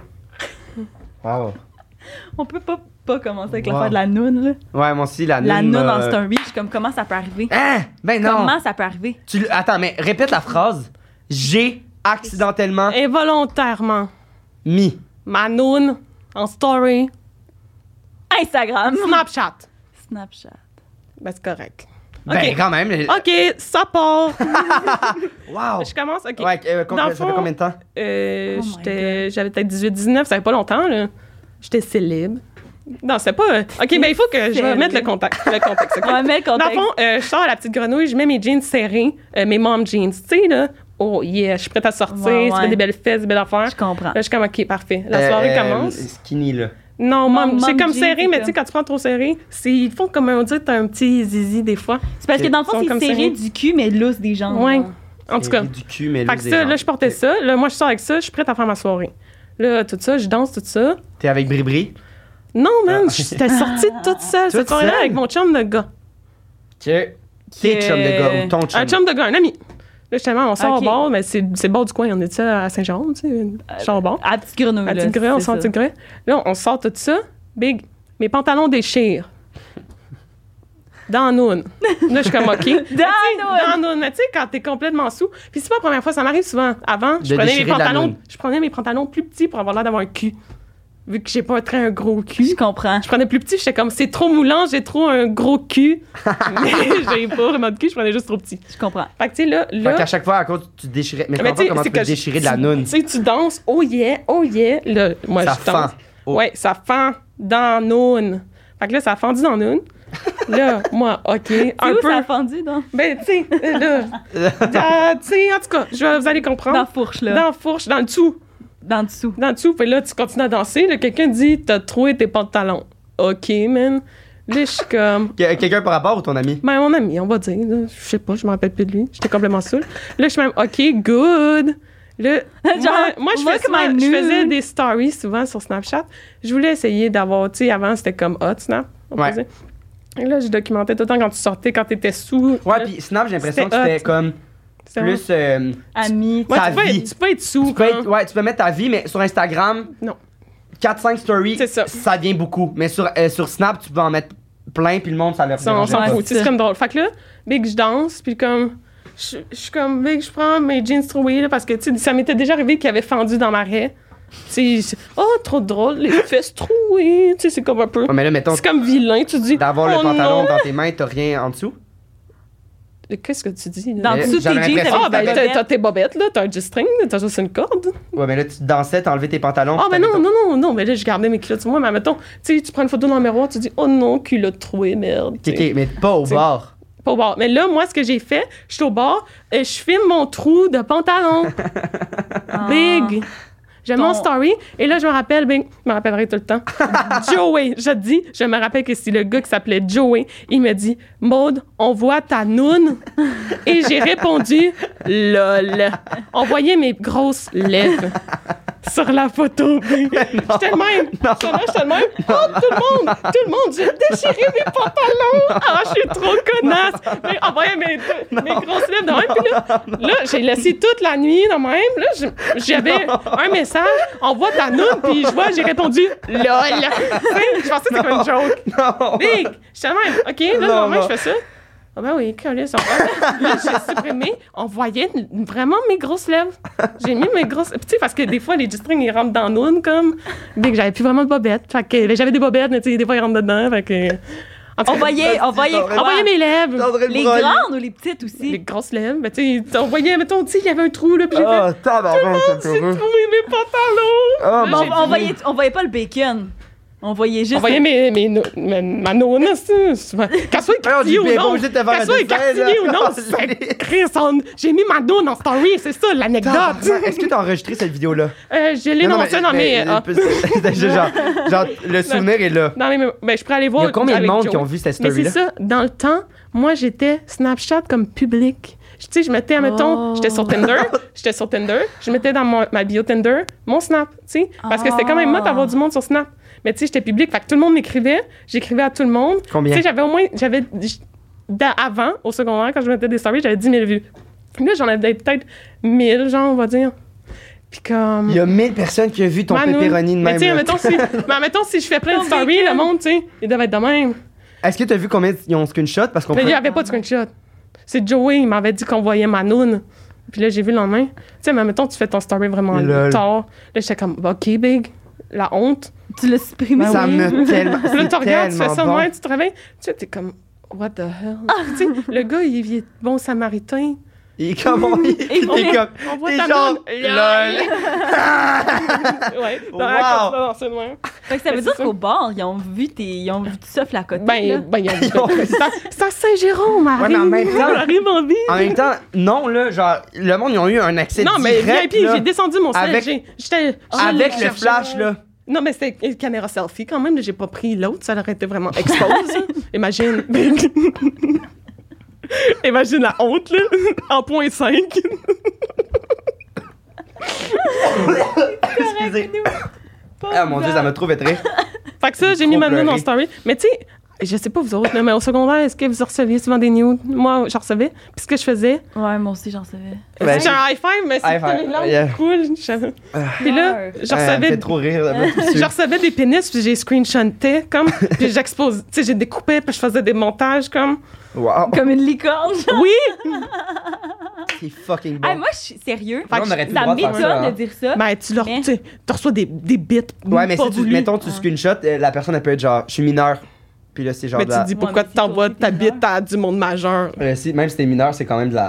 Wow. On peut pas commencer avec Wow. l'affaire de la noune, là. Ouais, moi aussi, la La noune noune m'a- en story, je suis comme, comment ça peut arriver? Hein? Ben non. Comment ça peut arriver? Attends, mais répète la phrase. J'ai accidentellement Involontairement. mis. Ma noune en story. Instagram. Snapchat. Snapchat. Ben, c'est correct. Ben, OK. quand même. OK, ça part. Wow. Je commence, OK. Ouais, Dans le ça fait fond, combien de temps? Oh my J'avais peut-être 18-19, ça fait pas longtemps, là. J'étais célèbre. Non, c'est pas... OK, ben il faut que je remette le contexte. OK? On va mettre le Dans le contexte. fond, je sors à la petite grenouille, je mets mes jeans serrés, mes mom jeans, tu sais, là. Oh yeah, je suis prête à sortir, Ouais, ça fait ouais. des belles fesses, des belles affaires. Je comprends. Là, je suis comme, OK, parfait. La soirée commence. Skinny, là. Non, Mom c'est comme jeans, serré, c'est mais ça. tu sais, quand tu prends trop serré, ils font comme on dit, t'as un petit zizi des fois. C'est parce que dans le Ils sont fond, comme c'est serré serrés. du cul, mais lousse des jambes. Ouais. genre. En tout cas. Du cul, mais Fait que ça, là, je portais ça. Là, moi, je sors avec ça, je suis prête à faire ma soirée. Là, tout ça, je danse, tout ça. T'es avec Bribri? Non, man, j'étais sortie toute seule cette Toute soirée-là seule? avec mon chum de gars. T'es chum de gars ou ton chum? Un chum de gars, un ami. Là, justement, on sort Ok. au bord, mais c'est le bord du coin. On est ça à Saint-Jean, tu sais. Je sors au bord. À la petite grenouille. À là, Petite Grue, on c'est sort à ça. Petite Grue. Là, on sort tout ça. Big. Mes pantalons déchirent. Dans Noun. Là, je suis comme, OK. Dans Noun. Mais tu sais, quand t'es complètement sous. Puis c'est pas la première fois, ça m'arrive souvent. Avant, De déchirer de la noune. je prenais mes pantalons plus petits pour avoir l'air d'avoir un cul. Vu que j'ai pas un gros cul. Je comprends. Je prenais plus petit, j'étais comme, c'est trop moulant, j'ai trop un gros cul. Mais j'ai pas vraiment de cul, je prenais juste trop petit. Je comprends. Fait que, tu sais, là. Fait qu'à chaque fois, à cause, tu déchirais. Mais je Mais comprends tu sais, comment c'est tu peux que déchirer de la noune. Tu sais, tu danses, oh yeah. Là, moi, Ça je danse. fend. Oh. Ouais, ça fend dans Noun. Fait que là, ça a fendu dans une. Là, moi, OK, un où peu. ça a fendu, donc? Ben, tu sais, là. Tu sais, en tout cas, vous allez comprendre. Dans la fourche, là. Dans la fourche, dans le dessous. Dans le dessous. Dans le dessous. Puis là, tu continues à danser. Là, quelqu'un dit, t'as trouvé tes pantalons. OK, man. Là, je suis comme. Quelqu'un par rapport ou ton ami? Ben, mon ami, on va dire. Là, je sais pas, je me rappelle plus de lui. J'étais complètement saoule. Là, je suis même, OK, good. Là, moi je faisais des stories souvent sur Snapchat. Je voulais essayer d'avoir, tu sais, avant, c'était comme hot, Snap. On Ouais. faisait. Et là, je documentais tout le temps quand tu sortais, quand t'étais sous. Ouais, là, puis Snap, j'ai l'impression que c'était c'était comme c'était plus. Amis. Ouais, ta tu peux vie. tu peux être sous. Tu peux quand- être- ouais, tu peux mettre ta vie, mais sur Instagram, Non. 4-5 stories, C'est ça. devient beaucoup. Mais sur Snap, tu peux en mettre plein, puis le monde, ça leur Ça, on s'en Ouais, fout. c'est C'est ça. comme drôle. Fait que là, big, je danse, puis comme. Je suis comme, big, je prends mes jeans troués, là, parce que, tu sais, ça m'était déjà arrivé qu'il avait fendu dans ma raie. Tu sais, oh, trop drôle, les fesses trouées. Tu sais, c'est comme un peu. Ouais, mais là, mettons, C'est comme vilain, tu dis. d'avoir le oh pantalon non. dans tes mains, t'as rien en dessous. Qu'est-ce que tu dis? Dans Là? Mais dessous de tes j'avais jeans, l'impression Ah, t'avais ben, des bobettes. t'as tes bobettes, là, t'as un G-string, t'as juste une corde. Ouais, mais là, tu dansais, t'as enlevé tes pantalons. Ah, puis ben t'avais non, ton- non, non, non, mais là, je gardais mes culottes sur moi, mais mettons, tu sais, tu prends une photo dans le miroir, tu dis, oh non, culotte trouée, merde. tu Ok, sais. ok, mais pas au T'sais. bord. Pas au bord. Mais là, moi, ce que j'ai fait, je suis au bord, je filme mon trou de pantalon. Ah. Big. J'ai mon story, et là, je me rappelle, Big, je me rappellerai tout le temps. Joey, je te dis, je me rappelle que c'est le gars qui s'appelait Joey. Il me dit, Maude, on voit ta noune. Et j'ai répondu, lol. On voyait mes grosses lèvres sur la photo. J'étais le même. J'étais le même. Oh, tout le monde, j'ai déchiré mes pantalons. Ah, je suis trop connasse. Mais on voyait mes grosses lèvres de même. Puis là, j'ai laissé toute la nuit de même. Là, j'avais un message. On voit ta noune, puis je vois, j'ai répondu, lol. Je pensais que c'était comme une joke. Non! Big! J'étais le même. OK, là, Non, normalement, non. je fais ça. Ah ben oui, câlisse, là, j'ai supprimé. On voyait vraiment mes grosses lèvres. J'ai mis mes grosses... Puis tu sais, parce que des fois, les G-strings, ils rentrent dans Noun, comme... Dès que j'avais plus vraiment de bobettes. Fait que j'avais des bobettes, mais tu sais, des fois, ils rentrent dedans. Fait que... En tout On cas, voyait on on voyait mes lèvres. les grandes ou les petites aussi? Les grosses lèvres. Ben tu sais, on voyait, mettons, tu sais, il y avait un trou, là, puis j'ai Oh, fait... tabarnak, ça me fait J'ai rire. trouvé mes pantalons! Oh, Là, mon j'ai Dieu. On voyait pas le bacon. On voyait juste... On voyait ma nonna, qu'elle soit Ouais, on dit, écartillée ou ben, pas non. obligé de te faire un Qu'elle soit dessin, là. écartillée ou non, Oh, c'est Chris, j'ai mis ma nonna en story, c'est ça l'anecdote. Tabarnak. Est-ce que t'as enregistré cette vidéo-là? Je l'ai Non, non, lancée dans mes... c'est juste genre, le souvenir est là. dans mes... Ben, je pourrais aller voir... Il y a combien de avec monde Joey. qui ont vu cette Mais c'est story-là? ça, dans le temps, moi, j'étais Snapchat comme public. Tu sais, je mettais, mettons, Oh. j'étais sur Tinder, je mettais dans ma bio Tinder mon Snap, tu sais, parce que c'était quand même mode d'avoir du monde sur Snap. Mais tu sais, j'étais public, fait que tout le monde m'écrivait, j'écrivais à tout le monde. Combien? Tu sais, avant, au secondaire, quand je mettais des stories, j'avais 10 000 vues. Là, j'en avais peut-être 1000, genre, on va dire. Puis comme... Il y a 1000 personnes qui ont vu ton Manu. pepperoni de Mais même. tu sais, là. mettons, si je fais plein de Ton stories, bacon. le monde, tu sais, il devait être de même. Est-ce que t'as vu combien ils ont screenshot? Parce qu'on Mais il peut... n'y avait pas de screenshot. C'est Joey, il m'avait dit qu'on voyait ma noune. Puis là, j'ai vu le lendemain. Tu sais, mais mettons, tu fais ton story vraiment Lol. tard. Là, j'étais comme, OK, big, la honte. Tu l'as supprimé. Ça me tellement... Puis là, tu c'est regardes, tu fais ça, tellement ouais, bon. tu te réveilles. Tu sais, t'es comme, what the hell? Tu sais, le gars, il est bon samaritain. Il est comme... Il est comme... On voit Et ta genre, noune. lol. Ouais, Wow. dans c'est de même. Fait que ça veut Mais dire c'est ça. qu'au bar, ils ont vu tout ça à côté. là. Ben, c'est à Saint-Jérôme, Ouais, mais en même temps- arrive en vie. En même temps, non, là, genre, le monde, ils ont eu un accès Non, mais direct, VIP, là, j'ai descendu mon Avec- sel. J'étais avec le cherchais. flash, là. Non, mais c'était une caméra selfie quand même. J'ai pas pris l'autre. Ça aurait été vraiment expose. Imagine. Imagine la honte, là. En point 5. Excusez. Ah, mon Dieu, ça m'a trop fait rire. Fait que ça, j'ai Trop mis ma noune en pleuré. story. Mais tu sais, je sais pas vous autres, là, mais au secondaire, est-ce que vous receviez souvent des nudes? Moi, j'en recevais. Puis ce que je faisais, Ouais, moi aussi, j'en savais. Ben, j'ai un high five, mais high five, c'était les langues yeah. cool. Puis là, je Ça me recevais fait trop rire, là, je recevais des pénis, puis j'ai screenshoté, comme, puis j'exposais, tu sais, j'ai découpé, puis je faisais des montages, comme. Wow, Comme une licorne. Oui! c'est fucking bon. Hey, moi, je suis sérieux. Fait que on aurait plus le Ça droit de faire m'étonne ça, hein. de dire ça. Ben, tu leur, Mais- tu sais, tu reçois des bits. Ouais, mais pas si tu, voulus. mettons, tu screenshot, la personne, elle peut être genre, je suis mineur. Puis là, c'est genre Mais de tu la... te dis Ouais, pourquoi mais tu si toi t'envoies aussi, ta t'es bite à du monde majeur. Même si t'es mineur, c'est quand même de la...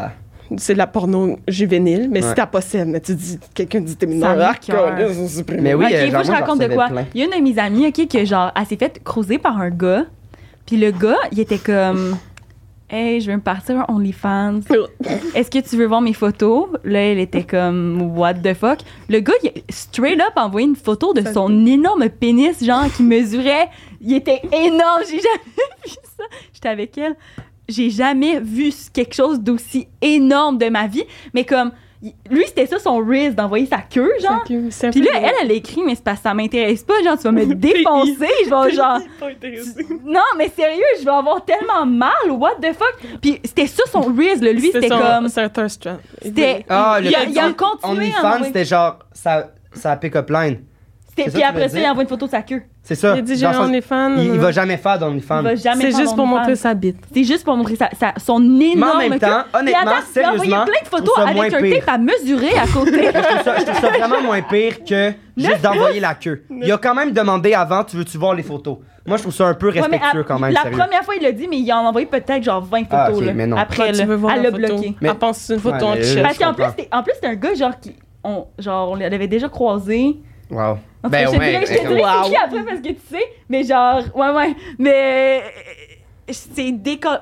c'est de la porno juvénile, mais Ouais. si t'as pas ça, mais tu dis, quelqu'un dit t'es Ça mineur, m'écoeure. Mais oui, Ok, faut genre, que je moi, raconte de j'en quoi. recevais plein. Il y a une de mes amies, ok, que genre, elle s'est fait croiser par un gars. Puis le gars, il était comme, hey, je veux me partir un OnlyFans. Est-ce que tu veux voir mes photos? Là, elle était comme, what the fuck? Le gars, il a straight up envoyé une photo de Ça son énorme pénis, genre, qui mesurait. Il était énorme. J'ai jamais vu ça. J'étais avec elle. J'ai jamais vu quelque chose d'aussi énorme de ma vie. Mais comme, lui, c'était ça son risk d'envoyer sa queue, genre. Puis là, elle a écrit, mais c'est parce que ça m'intéresse pas, genre, tu vas me défoncer, je vais genre. Pas intéressé. Non, mais sérieux, je vais avoir tellement mal, what the fuck? Puis c'était ça son risk, là. Lui, c'était comme. C'est un thirst trap. C'était. Ah, le il a fait continué à OnlyFans, envoyer- c'était genre, ça pick-up line. Puis c'est ça que tu après veux ça, il dire? envoie une photo de sa queue. C'est ça. Il a dit, j'ai Dans le un sens- OnlyFans. il va jamais faire d'OnlyFans. Il va jamais C'est faire juste pour d'OnlyFans. montrer sa bite. C'est juste pour montrer son Mais énorme en même queue. temps, Puis honnêtement, attends, il a envoyé sérieusement, plein de je trouve photos ça avec moins un pire. tape à mesurer à côté. Je trouve ça vraiment moins pire que juste d'envoyer la queue. Il a quand même demandé avant, tu veux-tu voir les photos? Moi, je trouve ça un peu Ouais, mais respectueux quand même, la sérieux. première fois, il l'a dit, mais il en a envoyé peut-être genre 20 photos. Ah, ok, là. mais non. Après, Toi, tu là, veux voir elle la l'a photo. bloqué. Mais- Elle pense que c'est une photo Ouais, en mais t-shirt. Parce qu'en je comprends. plus, c'était un gars genre on l'avait déjà croisé. Wow. En tout cas, Ben je te dirais ouais. c'est qui après parce que tu sais, mais genre, ouais. Mais c'est décolle.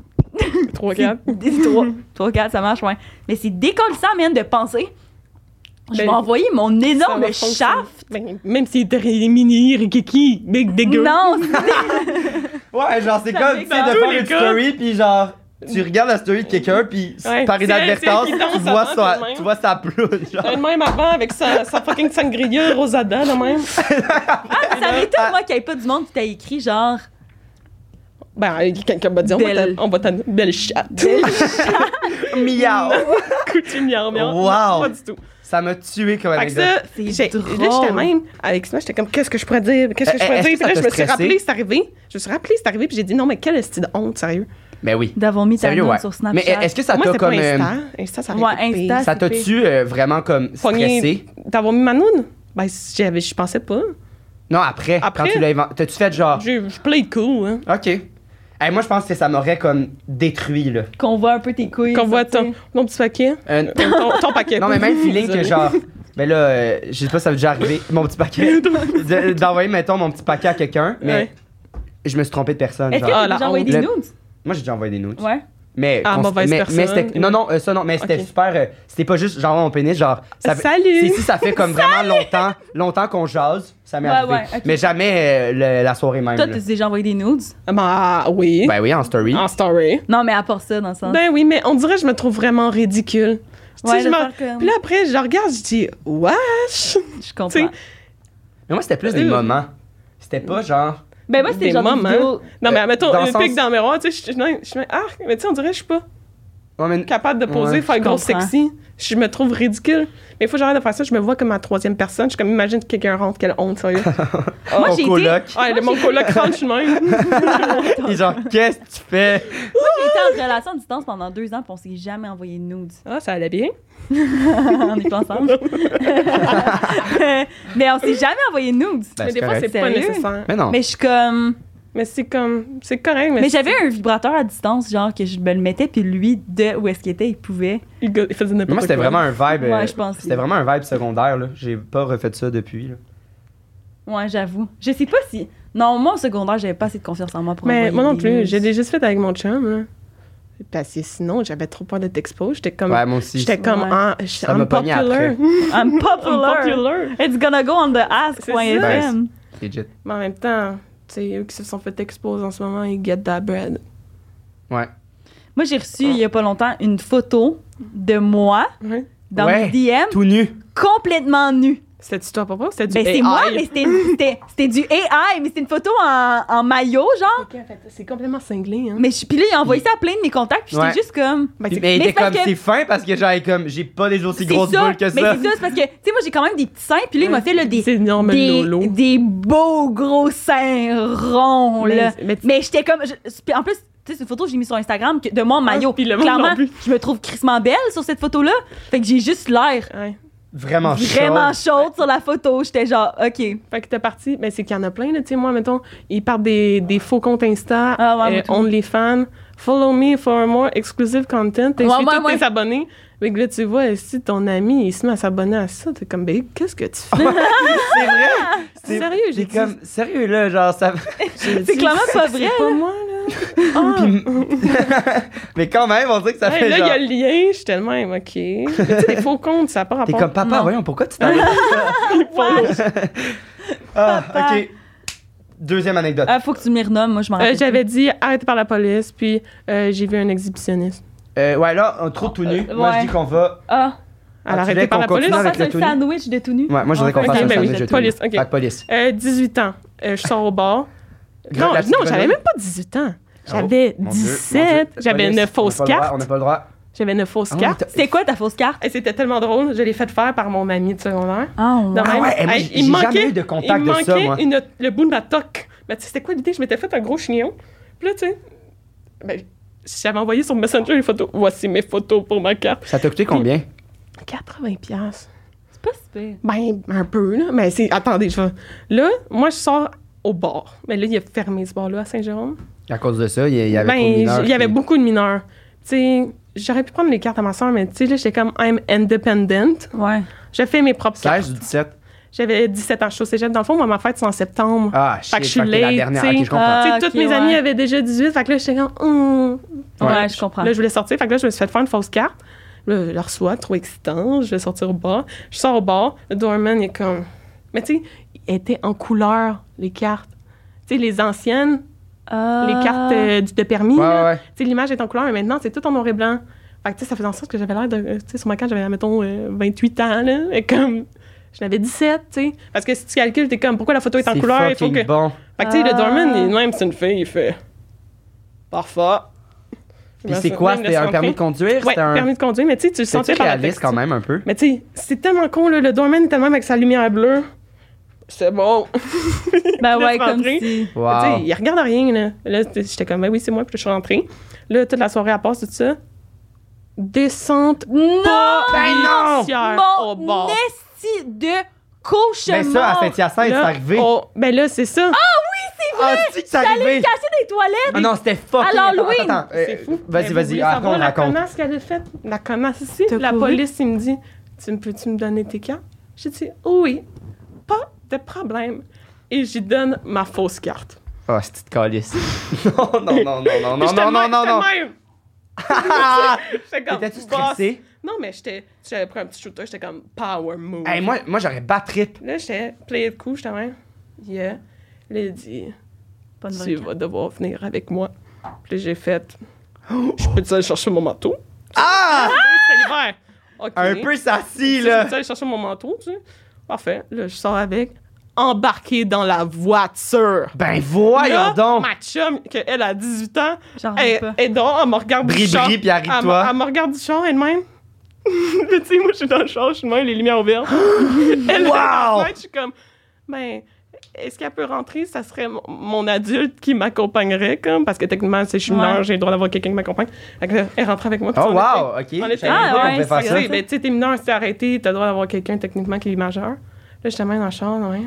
3-4. 3-4, ça marche, ouais. Mais c'est décollissant, man, de penser. Je vais Ben, envoyer mon Ça énorme va fonctionner. shaft. Ben, même s'il était mini, rikiki, big digger. Non, Ouais, genre, c'est Ça comme, fait tu sais, dans de tous faire les une cas. story, puis genre, tu regardes la story de quelqu'un, puis Ouais. par C'est inadvertance, elle qui danse tu vois avant, de même. tu vois sa ploune, genre. Elle même avant avec sa fucking sangria rosada, de même. ça m'étonne, moi, qu'il n'y ait pas du monde qui t'a écrit genre. Ben, quelqu'un va dire, Belle. on va t'amener belle chatte. Miaou! Coutu miam miam. Wow. Pas du tout. Ça m'a tué comme Fait que anecdote. ça, C'est là, drôle. j'étais même, avec ça, j'étais comme, qu'est-ce que je pourrais dire? Qu'est-ce que je pourrais Est-ce dire? que Puis là, ça je me t'a suis stressé? rappelé, c'est arrivé. Je me suis rappelé, c'est arrivé, puis j'ai dit, non, mais quel style de honte, sérieux? Ben oui. D'avoir mis ta Sérieux, note ouais. sur Snapchat. Mais est-ce que ça Moi, t'a c'était pas comme. Insta. Insta, ça Ouais, aurait été Insta, pire. Ça t'a-tu vraiment comme Pogné stressé? d'avoir mis ma noune? Ben, je pensais pas. Non, après. Après? Quand tu l'as inventé. T'as-tu fait genre. Je play cool, hein. Ok. Hey, moi, je pense que ça m'aurait comme détruit, là. Qu'on voit un peu tes couilles. Qu'on voit sortir. ton petit paquet. Ton Ton paquet. Non, mais même feeling que Désolée. genre. Ben là, je sais pas, ça m'est déjà arrivé. Mon petit paquet. D'envoyer, mettons, mon petit paquet à quelqu'un, mais Ouais. je me suis trompé de personne. Est-ce que genre. Ah, t'as la déjà envoyé honte. des Le- nudes? Moi, j'ai déjà envoyé des nudes. Ouais. Mais, Ah, mauvaise mais personne. c'était. Non, non, ça non, mais c'était Ok. super. C'était pas juste genre mon pénis, genre. Salut! Si ça fait comme vraiment longtemps qu'on jase, ça m'est Ouais, arrivé. ouais, ok. Mais jamais la soirée même. Toi, là. t'as déjà envoyé des nudes? Ben, oui. Ben oui, en story. En story. Non, mais à part ça, dans le sens. Ben oui, mais on dirait que je me trouve vraiment ridicule. Tu sais, Ouais, je de me- faire comme- Puis là, après, je regarde, je dis, wesh! Je comprends. Tu sais, Mais moi, c'était plus des moments. C'était pas genre. Ben moi, c'était Des genre des moments. vidéos. Non, mais mettons, dans le une sens- pique dans le miroir, tu sais, je suis ah, mais tu sais, on dirait que je suis pas Ouais, mais- capable de poser, Ouais, faire je grosse comprends. sexy. Je me trouve ridicule. Mais il faut que j'arrête de faire ça, je me vois comme ma troisième personne. Je suis comme, imagine que quelqu'un rentre, quelle honte, sérieux. Moi, Ton j'ai été- coloc. Ouais, mon coloc rentre, je suis de même. Et genre, qu'est-ce que tu fais? Moi, j'ai été en relation à distance pendant 2 ans, puis on s'est jamais envoyé de nudes. Ah, ça allait bien. On n'est pas ensemble. Mais on s'est jamais envoyé de nudes. Ben, Mais des fois, correct. c'est pas Sérieux? nécessaire. Mais non. Mais je suis comme. Mais c'est comme, c'est correct. Mais j'avais un vibrateur à distance, genre que je me le mettais, puis lui, de où est-ce qu'il était, il pouvait. Il faisait n'importe quoi. Moi, c'était vraiment un vibe. Ouais, je pense C'était oui. vraiment un vibe secondaire, là. J'ai pas refait ça depuis, là. Ouais, j'avoue. Je sais pas si. Non, moi, au secondaire, j'avais pas assez de confiance en moi pour Mais envoyer moi non des plus. nudes. J'ai déjà fait avec mon chum, là. Parce que sinon, j'avais trop peur d'être expo. J'étais comme. Ouais, moi aussi. J'étais comme. Ouais. Ça m'a pogné après. I'm popular. It's gonna go on the C'est ask.fm. Legit. Mais en même temps, tu sais, eux qui se sont fait exposer en ce moment, ils get that bread. Ouais. Moi, j'ai reçu, il y a pas longtemps, une photo de moi Ouais. dans Ouais. mes DM, Tout nu. complètement nue. C'était-tu toi, papa? C'était du Ben, c'est AI? moi, mais c'était du AI, mais c'était une photo en maillot, genre. Ok, en fait, c'est complètement cinglé, hein. Mais puis là, il a envoyé ça à plein de mes contacts, puis Ouais. j'étais juste comme. Ben, Puis, c'est- mais il mais était c'est parce comme, que- c'est fin parce que j'avais comme, j'ai pas des aussi C'est grosses ça, boules que mais ça. c'est ça, c'est parce que, tu sais, moi, j'ai quand même des petits seins, puis là, il m'a fait là, C'est énorme, lolo. des beaux gros seins ronds, là. Mais j'étais comme. Puis en plus, tu sais, c'est une photo que j'ai mise sur Instagram de moi en maillot. puis le monde Clairement, non plus. je me trouve crissement belle sur cette photo-là. Fait que j'ai juste l'air Ouais. Vraiment chaud. vraiment chaude sur la photo. J'étais genre, OK. Fait que t'es parti, mais c'est qu'il y en a plein, là. Tu sais, moi, mettons, ils partent des faux comptes Insta, Ah ouais, moi tout. OnlyFans, Follow me for more exclusive content. T'as inscrit tous tes abonnés. Mais là, tu vois, si ton ami, il se met à s'abonner à ça, t'es comme, ben, qu'est-ce que tu fais? C'est vrai? C'est sérieux, j'ai dit. comme, sérieux, là, genre, ça... C'est clairement pas vrai. C'est pas moi, là. Mais quand même, on dirait que ça fait là, genre... il y a le lien, je suis tellement, OK. Mais tu sais, les faux comptes, ça n'a pas rapport. T'es comme, papa, voyons, pourquoi tu t'arrêtes ça? Ah, OK. Deuxième anecdote. Faut que tu me les renommes, moi, je m'en rappelle. J'avais dit, arrêté par la police, puis j'ai vu un exhibitionniste. Ouais, là, un trop tout nu. Moi, je dis qu'on va... Alors, arrêté par la police. avec le sandwich de tout nu. Ouais, moi, je voudrais qu'on fasse un sandwich de tout nu. Police, OK. Fait que police. 18 ans. Je sors au bar. Non, j'avais même pas 18 ans. J'avais 17. J'avais une fausse carte. On n'a pas le droit. J'avais une fausse carte. C'était quoi ta fausse carte? Et c'était tellement drôle. Je l'ai fait faire par mon ami de secondaire. J'ai jamais eu de contact de ça, moi. Il manquait le bout de ma toque. Mais tu sais, c'était quoi l'idée? Je m'étais fait un gros chignon. Puis là, tu sais, j'avais envoyé sur Messenger les photos. Voici mes photos pour ma carte. Ça t'a coûté combien? 80$. C'est pas super. Ben, un peu, là. Mais c'est... Attendez, Là, moi, je sors au bar. Mais là, il a fermé ce bar-là à Saint-Jérôme. À cause de ça, il y avait trop de mineurs. Il y avait beaucoup de mineurs. Tu sais, j'aurais pu prendre les cartes à ma soeur, mais tu sais, là, j'étais comme « I'm independent ». Ouais. J'ai fait mes propres cartes. 16 ou 17? J'avais 17 ans. Je suis au cégep. Dans le fond, moi, ma fête, c'est en septembre. Ah, fait que je shit. suis Fait que la late, dernière. tu sais. OK, je comprends. Toutes mes amies avaient déjà 18. Fait que là, j'étais comme... Ouais, je comprends. Là, je voulais sortir. Fait que là, je me suis fait faire une fausse carte. Là, je la reçois, trop excitant. Je vais sortir au bar. Je sors au bar. Le doorman, il est comme... Mais tu sais, il était en couleur, les cartes. Tu sais, les anciennes, les cartes de permis. Ouais. Tu sais, l'image est en couleur, mais maintenant, c'est tout en noir et blanc. Fait que tu sais, ça faisait en sorte que j'avais l'air de... Tu sais, sur ma carte, j'avais, mettons, 28 ans, là. Et comme... J'en avais 17, tu sais. Parce que si tu calcules, t'es comme, pourquoi la photo est en couleur? Il faut que... bon. Fait que tu sais, le doorman, même c'est une fille, il fait... Parfait. Puis c'est quoi? C'était un permis de conduire? Ouais, permis de conduire, mais tu sais, tu le sentais par la réaliste quand même un peu. Mais tu sais, c'est tellement con, là. Le doorman est tellement avec sa lumière bleue. C'est bon. Ben ouais, comme si... Wow. Tu sais, il regarde rien, là. Là, j'étais comme, ben oui, c'est moi, puis je suis rentrée. Là, toute la soirée, à part tout ça, descente pas financière au bar. Esti de cauchemar! Mais ça, à Saint-Hyacinthe, c'est arrivé. Ben là, c'est ça. Ah oui, c'est vrai! Ah, c'est arrivé. Cacher des toilettes! Ah non, c'était fucking... Alors, Louis! Attends, C'est fou. Vas-y, raconte. La connasse qu'elle a faite. La connasse ici. La police, il me dit, peux-tu me donner tes cartes? J'ai dit, oui, pas de problème. Et j'y donne ma fausse carte. Oh, c'est petite calice. Non. J'étais comme, T'étais-tu stressé? Non, mais j'avais pris un petit shooter, j'étais comme power move. Hey, moi j'aurais battrip. Là, j'étais play it cool, j'étais même. Yeah. Là, il dit, tu vas devoir venir avec moi. Puis là, j'ai fait, je peux-tu aller chercher mon manteau? Ah! C'était l'hiver. OK. Un peu sassy, là. Je peux-tu aller chercher mon manteau, tu sais? Parfait. Là, je sors avec. Embarqué dans la voiture. Ben voyons là, donc. Ma chum, qu'elle a 18 ans, J'en reviens pas. elle dort, elle me regarde du char. Bri, puis arrive-toi. Elle me regarde du char elle-même. Tu sais, moi, je suis dans le char, je suis de même, les lumières ouvertes. Elle est dans la fenêtre, je suis comme, ben, est-ce qu'elle peut rentrer? Ça serait mon adulte qui m'accompagnerait, comme, parce que techniquement, si je suis mineur, j'ai le droit d'avoir quelqu'un qui m'accompagne. Fait que là, elle rentre avec moi. Oh, wow, OK. On était on tu sais, t'es mineur, si t'es arrêté, t'as le droit d'avoir quelqu'un techniquement qui est majeur. Là, j'étais même dans le char, ouais.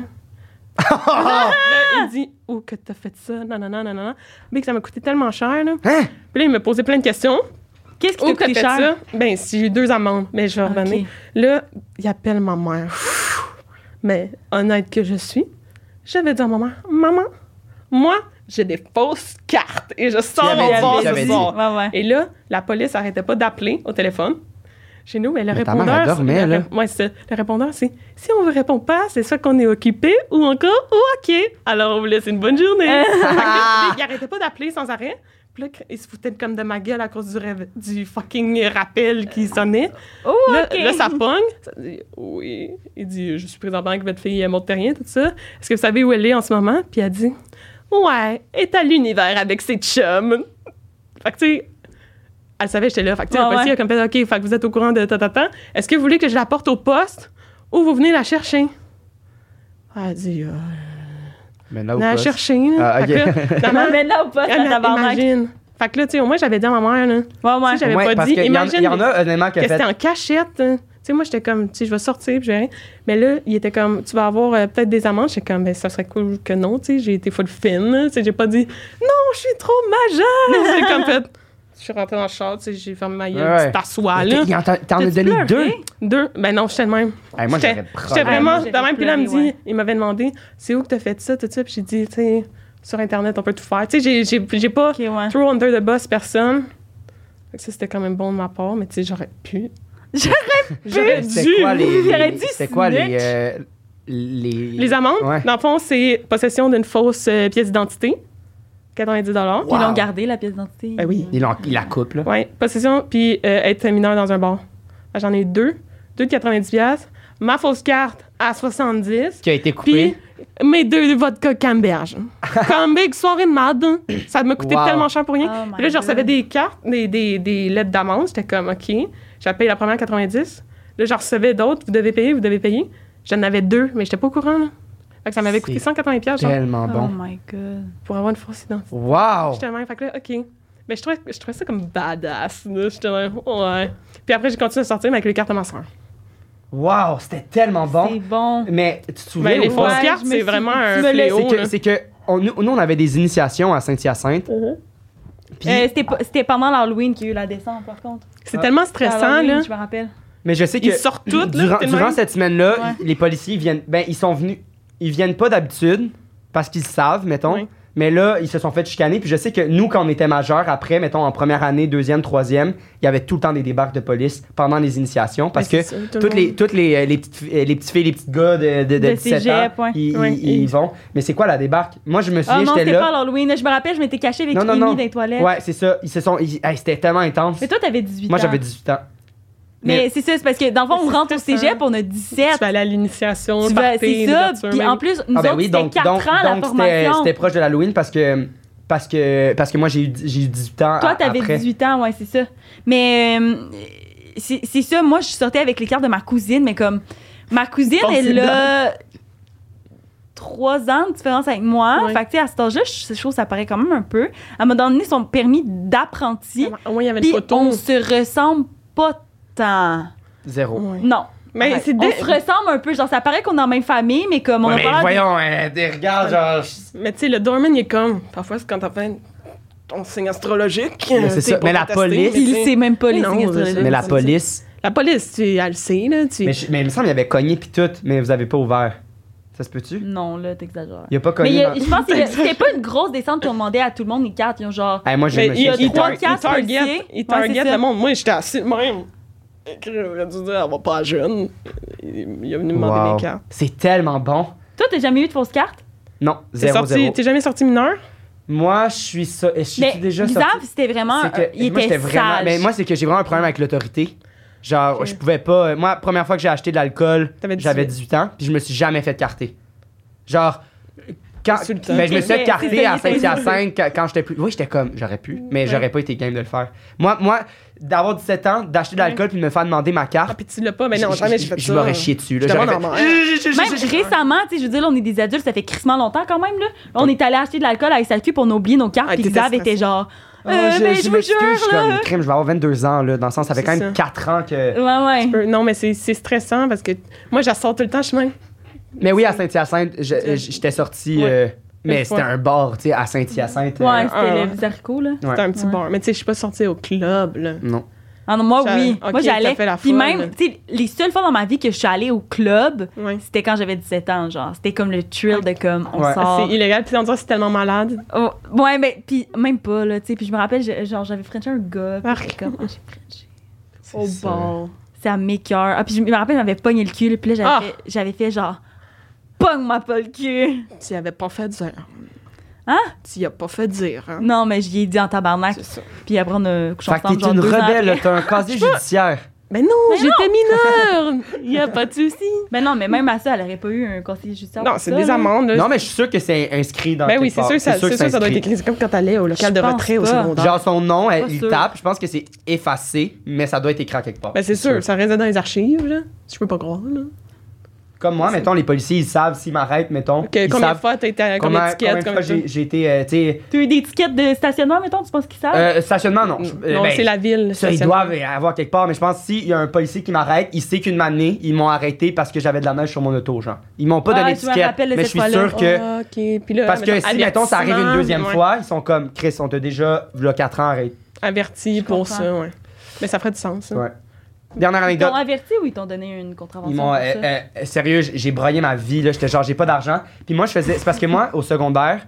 Là, il dit « Oh, que t'as fait ça, nanana. » Mais que ça m'a coûté tellement cher, là. Hein? Puis là, il m'a posé plein de questions. Qu'est-ce qui t'a coûté cher? Ça? Ben, si j'ai eu 2 amendes, mais je vais revenir. Là, il appelle ma mère. Mais, honnête que je suis, j'avais dit à ma mère « Maman, moi, j'ai des fausses cartes et je sors mon bar ce soir. Ouais. Et là, la police arrêtait pas d'appeler au téléphone. Chez nous, mais le répondeur... Ta mère, elle dormait, là. Ouais, c'est ça. Le répondeur, c'est « Si on vous répond pas, c'est soit qu'on est occupé ou encore OK. Alors, on vous laisse une bonne journée. » Il arrêtait pas d'appeler sans arrêt. Puis là, il se foutait comme de ma gueule à cause du fucking rappel qui sonnait. Oh, là, OK. là, ça pogne. Ça dit « Oui. » Il dit « Je suis présentement avec votre fille Monte-Terrien, tout ça. Est-ce que vous savez où elle est en ce moment? » Puis elle dit « Ouais, elle est à l'univers avec ses chums. » Fait que tu sais... Elle savait que j'étais là. Fait que, tu sais, la policier a comme fait, OK, fait que vous êtes au courant de ta. Est-ce que vous voulez que je la porte au poste ou vous venez la chercher? Elle dit, Mais là, la chercher, là. Ah, OK. Mais là, au poste, imagine. Fait que là, tu sais, moi, j'avais dit à ma mère, là. Ouais. Si j'avais Ouais, pas parce dit, qu'il imagine. y en a honnêtement qui que a fait. c'était en cachette. Tu sais, moi, j'étais comme, tu sais, je vais sortir, puis je vais rien. Mais là, il était comme, tu vas avoir peut-être des amendes. J'étais comme, ben, ça serait cool que non, tu sais. J'ai été full fine, tu sais. J'ai pas dit, non, je suis trop majeure. C'est comme fait. Je suis rentrée dans le char, tu sais, j'ai fermé ma gueule, Ouais. tu t'assois, là. T'en as donné pleuré? 2? 2. Ben non, j'étais le même. Hey, moi, J'étais j'aurais j'étais vraiment moi, de même. Puis là, elle me dit, ouais. il m'avait demandé, c'est où que t'as fait ça, tout ça. Puis j'ai dit, tu sais, sur Internet, on peut tout faire. Tu sais, j'ai pas Ok, ouais. throw under the bus personne. Fait que ça, c'était quand même bon de ma part, mais tu sais, j'aurais pu. J'aurais C'était dû. quoi J'aurais dit C'était quoi snitch. Les amendes, Ouais. dans le fond, c'est possession d'une fausse pièce d'identité, 90 $. Puis ils l'ont Wow. gardé, la pièce d'identité. Ben oui. Il la coupe, là. Oui, possession, puis être mineur dans un bar. Ben, j'en ai eu 2 de 90$. Ma fausse carte à 70$. Qui a été coupé. Puis mes 2 vodka Camberge. Comme big soirée de mad. Ça m'a coûté Wow. tellement cher pour rien. Oh my Puis là, je recevais God. des cartes, des lettres d'amende. J'étais comme, OK. J'ai payé la première 90$. Là, j'en recevais d'autres. Vous devez payer, vous devez payer. J'en avais 2, mais j'étais pas au courant, là. Fait que ça m'avait coûté C'est 180$, genre, Tellement Oh bon. my god. pour avoir une fausse identité. Wow! J'étais même, fait que là, OK. Mais je trouvais ça comme badass, là. J'étais là, ouais. Puis après, j'ai continué à sortir, mais avec les cartes de ma soeur. Wow! C'était tellement C'est bon. bon. Mais tu te souviens, Ben, les ou fausses pas? Ouais, cartes, je me c'est suis- vraiment tu un me l'as- fléau, là. C'est que nous, on avait des initiations à Saint-Hyacinthe. Puis, C'était pendant l'Halloween qu'il y a eu la descente, par contre. C'est tellement stressant, là. Je me rappelle. mais je sais que Ils sortent toutes, là, durant, t'es durant même- cette semaine-là, Ouais. les policiers viennent. Ben, ils sont venus. Ils viennent pas d'habitude parce qu'ils savent, mettons. Ouais. Mais là, ils se sont fait chicaner. Puis je sais que nous, quand on était majeurs, après, mettons, en première année, deuxième, troisième, il y avait tout le temps des débarques de police pendant les initiations. Parce que Ben, c'est ça, tout le toutes les petites filles, les petites gars de 17 ans, cégep, ouais. Ouais. ils vont. Mais c'est quoi la débarque? Moi, je me Ah souviens, non, j'étais c'était là. pas l'Halloween. Je me rappelle, je m'étais cachée avec Non, non, Amy non. dans les toilettes. Ouais, c'est ça. Hey, c'était tellement intense. Mais toi, t'avais 18 Moi, ans. j'avais 18 ans. Mais c'est ça, c'est parce que dans le fond, on Mais rentre au c'est cégep, ça. on a Tu 17. vas aller à l'initiation, Tu le vas- party, C'est ça. l'ouverture, Puis même. en plus, nous Ah ben autres, oui, c'était donc 4 ans la c'était formation. proche de l'Halloween parce que moi j'ai eu 18 ans Toi, t'avais après. 18 ans, ouais, c'est ça. Mais c'est ça, moi, je sortais avec les cartes de ma cousine, mais comme ma cousine, elle a 3 ans de différence avec moi. Ouais. Fait que, tu sais, à cet âge-là, je trouve que ça paraît quand même un peu. Elle m'a donné son permis d'apprenti. Au moins, il y avait une Puis photo. on se ressemble pas tant. Zéro. Ouais. Non. Mais Ouais. c'est On se ressemble un peu. Genre, ça paraît qu'on est en même famille, mais comme on Ouais, a mais pas l'air de- voyons, regarde, genre. Mais tu sais, le doorman, il est comme. Parfois, c'est quand t'as fait ton signe astrologique. Mais c'est t'es ça. pas Mais la contesté, police- mais Puis tu il sais, sait même pas les non, signes je astrologiques. sais. Mais la c'est police. La police, elle le sait, là. Mais il me semble qu'il avait cogné puis tout, mais vous avez pas ouvert. Ça se peut-tu? Non, là, t'exagères. Il a pas Mais cogné. je pense que c'était pas une grosse descente qu'ils ont demandé à tout le monde les cartes. Ils ont genre. Hey, moi, je Mais me il y a suis- trois cartes policiers. il Ouais, target c'est ça. le monde. Moi, j'étais assis de même. J'aurais dû dire, elle va pas jeune. Il est venu me demander Wow. mes cartes. C'est tellement bon. Toi, t'as jamais eu de fausse carte? Non, 0-0. T'es jamais sorti mineur? Moi, je suis Mais déjà Xav, sorti. c'était vraiment. C'est que Il moi, était j'étais vraiment. sage. Mais moi, c'est que j'ai vraiment un problème avec l'autorité. Genre, Ok. je pouvais pas. Moi, première fois que j'ai acheté de l'alcool, T'avais 18. j'avais 18 ans, puis je me suis jamais fait carter. Genre, quand. Insultant. Mais je me suis fait Mais carter c'est ça, à il était Saint-Hyacinthe quand j'étais plus. Oui, j'étais comme, j'aurais pu, mais j'aurais pas été game de le faire. Moi, d'avoir 17 ans, d'acheter de l'alcool puis de me faire demander ma Ah, carte, puis tu l'as pas. Mais non, jamais j'ai fait ça. je m'aurais chié dessus. Là. J'étais J'aurais vraiment fait- normal. Même récemment, tu sais, je veux dire, là, on est des adultes, ça fait crissement longtemps quand même, là. On est allé acheter de l'alcool à SAQ pour on a oublié nos cartes, Ah, puis t'étais Xav était stressé. genre. Ah, mais je vous m'excuse, je suis jure, comme là. crime, je vais avoir 22 ans, là. Dans le sens, ça fait quand C'est même ça. 4 ans que. Ouais, ouais. Non, mais c'est stressant parce que moi, j'assors tout le temps, je suis même. Mais oui, à Saint-Hyacinthe, j'étais sorti. Ouais. Mais Une fois. c'était un bar, tu sais, à Saint-Hyacinthe. Ouais, c'était Ah. le Visarico, là. Ouais. C'était un petit Ouais. bar. Mais tu sais, je suis pas sortie au club, là. Non. Ah non, moi, Ça- oui. ok, Moi, j'allais. t'as fait la Puis folle. même, tu sais, les seules fois dans ma vie que je suis allée au club, Ouais. c'était quand j'avais 17 ans, genre. C'était comme le thrill de comme, on Ouais. sort. C'est illégal, puis on dirait que c'est tellement malade. Oh, ouais, mais puis même pas, là, tu sais. Puis je me rappelle, genre, j'avais frenché un gars, puis j'étais comme, oh, j'ai frenché. Au ça. bar. Ça m'écoeure. Ah, puis je me rappelle, j'avais pogné le cul, puis là, Ah! j'avais fait genre, pogne-moi pas le cul. Tu y avais pas fait dire. Hein? Tu y as pas fait dire, hein. Non, mais j'y ai dit en tabarnak. C'est ça. Puis après, on a couché Fait que ensemble, t'es genre une 2 ans rebelle, après. t'as un casier judiciaire. Mais non, j'étais mineure! Y a pas de souci. Mais non, mais même à ça, elle aurait pas eu un conseiller judiciaire. Non, pour c'est ça, des là. amendes, là. Non, mais je suis sûr que c'est inscrit dans. Ben oui, quelque c'est part. sûr, ça doit être inscrit. écrit. C'est comme quand t'allais au local Je de pense retrait au pas. secondaire. Genre son nom, Pas il sûr. tape, je pense que c'est effacé, mais ça doit être écrit à quelque part. Ben c'est sûr, ça reste dans les archives, là. Je peux pas croire, là. Comme moi, mettons, les policiers, ils savent s'ils m'arrêtent, mettons. Que, ils combien de savent fois t'as été à combien combien de d'étiquettes, fois combien de j'ai été, tu sais, T'as eu des tickets de stationnement, mettons, tu penses qu'ils savent? stationnement, non. Non, Ben, c'est la ville. le ça, ils stationnement. doivent avoir quelque part, mais je pense que s'il y a un policier qui m'arrête, il sait qu'une année, ils m'ont arrêté parce que j'avais de la neige sur mon auto, genre. Ils m'ont pas Ah, donné tu me d'étiquette, rappelles de mais je cette suis fois-là. sûr que. Ah, ok. Puis là, Parce que si, mettons, ça arrive une deuxième ouais. fois, ils sont comme, Chris, on t'a déjà, v'là 4 ans, averti Je pour comprends. ça, ouais. Mais ça ferait du sens, hein. Ouais. Dernière Ils t'ont anecdote. averti ou ils t'ont donné une contravention Ils m'ont, pour ça? sérieux, j'ai broyé ma vie, là. J'étais genre, j'ai pas d'argent. Puis moi, je faisais. C'est parce que moi, au secondaire,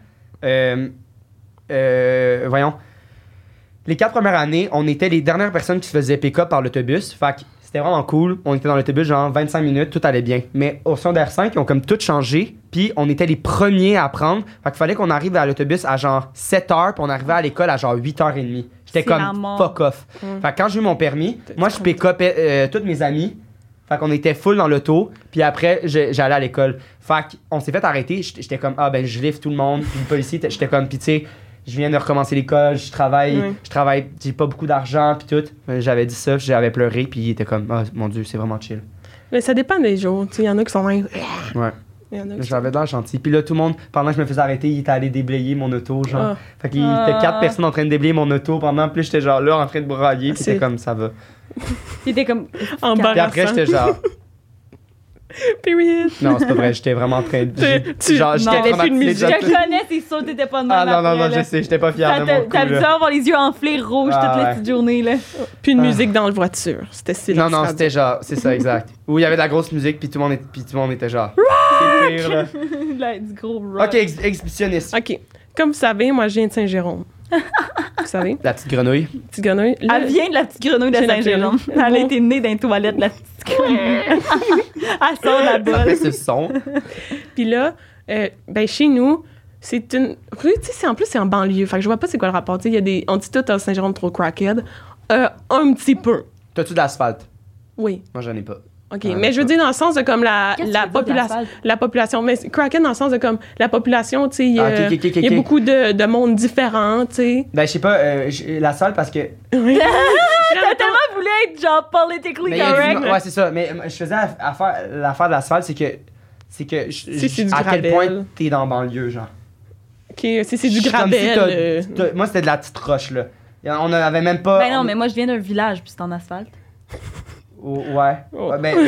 voyons. Les 4 premières années, on était les dernières personnes qui se faisaient pick-up par l'autobus. Fait que c'était vraiment cool. On était dans l'autobus, genre 25 minutes, tout allait bien. Mais au secondaire 5, ils ont comme tout changé. Puis on était les premiers à prendre. Fait qu'il fallait qu'on arrive à l'autobus à genre 7h, puis on arrivait à l'école à genre 8h30. J'étais C'est la comme mort. fuck off. Fait que quand j'ai eu mon permis, moi je pick-upais tous mes amis. Fait qu'on était full dans l'auto, puis après, j'allais à l'école. Fait qu'on s'est fait arrêter, j'étais comme, ah ben je livre tout le monde, puis le policier, j'étais comme, puis tu sais, je viens de recommencer l'école, je travaille, j'ai pas beaucoup d'argent, puis tout. J'avais dit ça, j'avais pleuré, puis il était comme, ah mon Dieu, c'est vraiment chill. Mais ça dépend des jours, tu sais, il y en a qui sont... Ouais. Il y en a qui J'avais dans le chantier. Puis là, tout le monde, pendant que je me faisais arrêter, il était allé déblayer mon auto, genre. Ah. Fait qu'il était 4 personnes en train de déblayer mon auto pendant, plus j'étais genre là en train de brailler, puis C'est- c'était comme, ça va. T'étais comme. embarrassant. Puis après, j'étais genre, Period. non, c'est pas vrai, j'étais vraiment en train de. Genre, j'étais Non, plus de traumatisé musique. déjà. Je te connais, c'est sûr que t'étais pas de même. Ah non, non, après, non, là. je sais, j'étais pas fier de mon coup, T'as dû là. avoir les yeux enflés rouges Ah, toute la ouais. petite journée, là. Puis une Ah. musique dans la voiture. C'était stylé. Non, non, c'était genre, c'est ça, exact. Où il y avait de la grosse musique, puis tout le monde était genre. C'est pire, là. Là, du gros rock. Ok, exhibitionniste. OK. Comme vous savez, moi, je viens de Saint-Jérôme. Vous savez, La petite grenouille. petite grenouille. Là, Elle vient de la petite grenouille de J'ai la Saint-Jérôme. grenouille. Elle a Bon. été née dans les toilettes, la petite grenouille. Elle sort Ça là-bas. fait ce son. Puis là, ben, chez nous, c'est une rue, tu sais, en plus, c'est en banlieue. Fait que je vois pas c'est quoi le rapport. Tu sais, il y a des... On dit tout à Saint-Jérôme trop crackhead. Un petit peu. T'as-tu de l'asphalte? Oui. Moi, j'en ai pas. OK. Ouais, mais je veux dire dans le sens de comme la Qu'est-ce que tu veux dire de population. l'asphalte? La population. Mais crackhead dans le sens de comme la population, tu sais, il y a, Ah, ok, il y a beaucoup de monde différent, tu sais. Ben, je sais pas, l'asphalte parce que. Oui. T'as tellement voulu être genre politically Mais il y a du- correct. ouais, c'est ça. Mais je faisais l'affaire de l'asphalte, c'est que. C'est que. Si c'est du à quel gravel. point t'es dans banlieue, genre. OK, si c'est du Comme si gravel. moi, c'était de la petite roche, là. On avait même pas. Ben non, mais moi, je viens d'un village, puis c'est en asphalte. Ouais. Oh. Ouais, ben,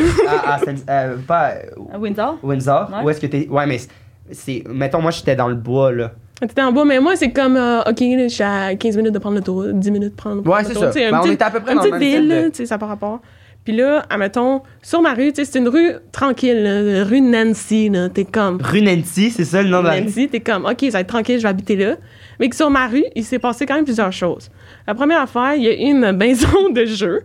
pas À Windsor? Windsor. Ouais. Où est-ce que t'es. Ouais, mais c'est. Mettons, moi, j'étais dans le bois, là. T'étais en bas, mais moi, c'est comme, OK, là, je suis à 15 minutes de prendre le tour, 10 minutes de prendre Ouais, le c'est tour. ça. Tu sais, Ben, on petit- était à peu près une dans le petite même ville, style de- là, tu sais, ça n'a pas rapport. Puis là, admettons, sur ma rue, tu sais, c'est une rue tranquille, là, rue Nancy, là, t'es comme... Rue Nancy, c'est ça le nom de la rue? Nancy, t'es comme, OK, ça va être tranquille, je vais habiter là. Mais que sur ma rue, il s'est passé quand même plusieurs choses. La première affaire, il y a eu une maison de jeu.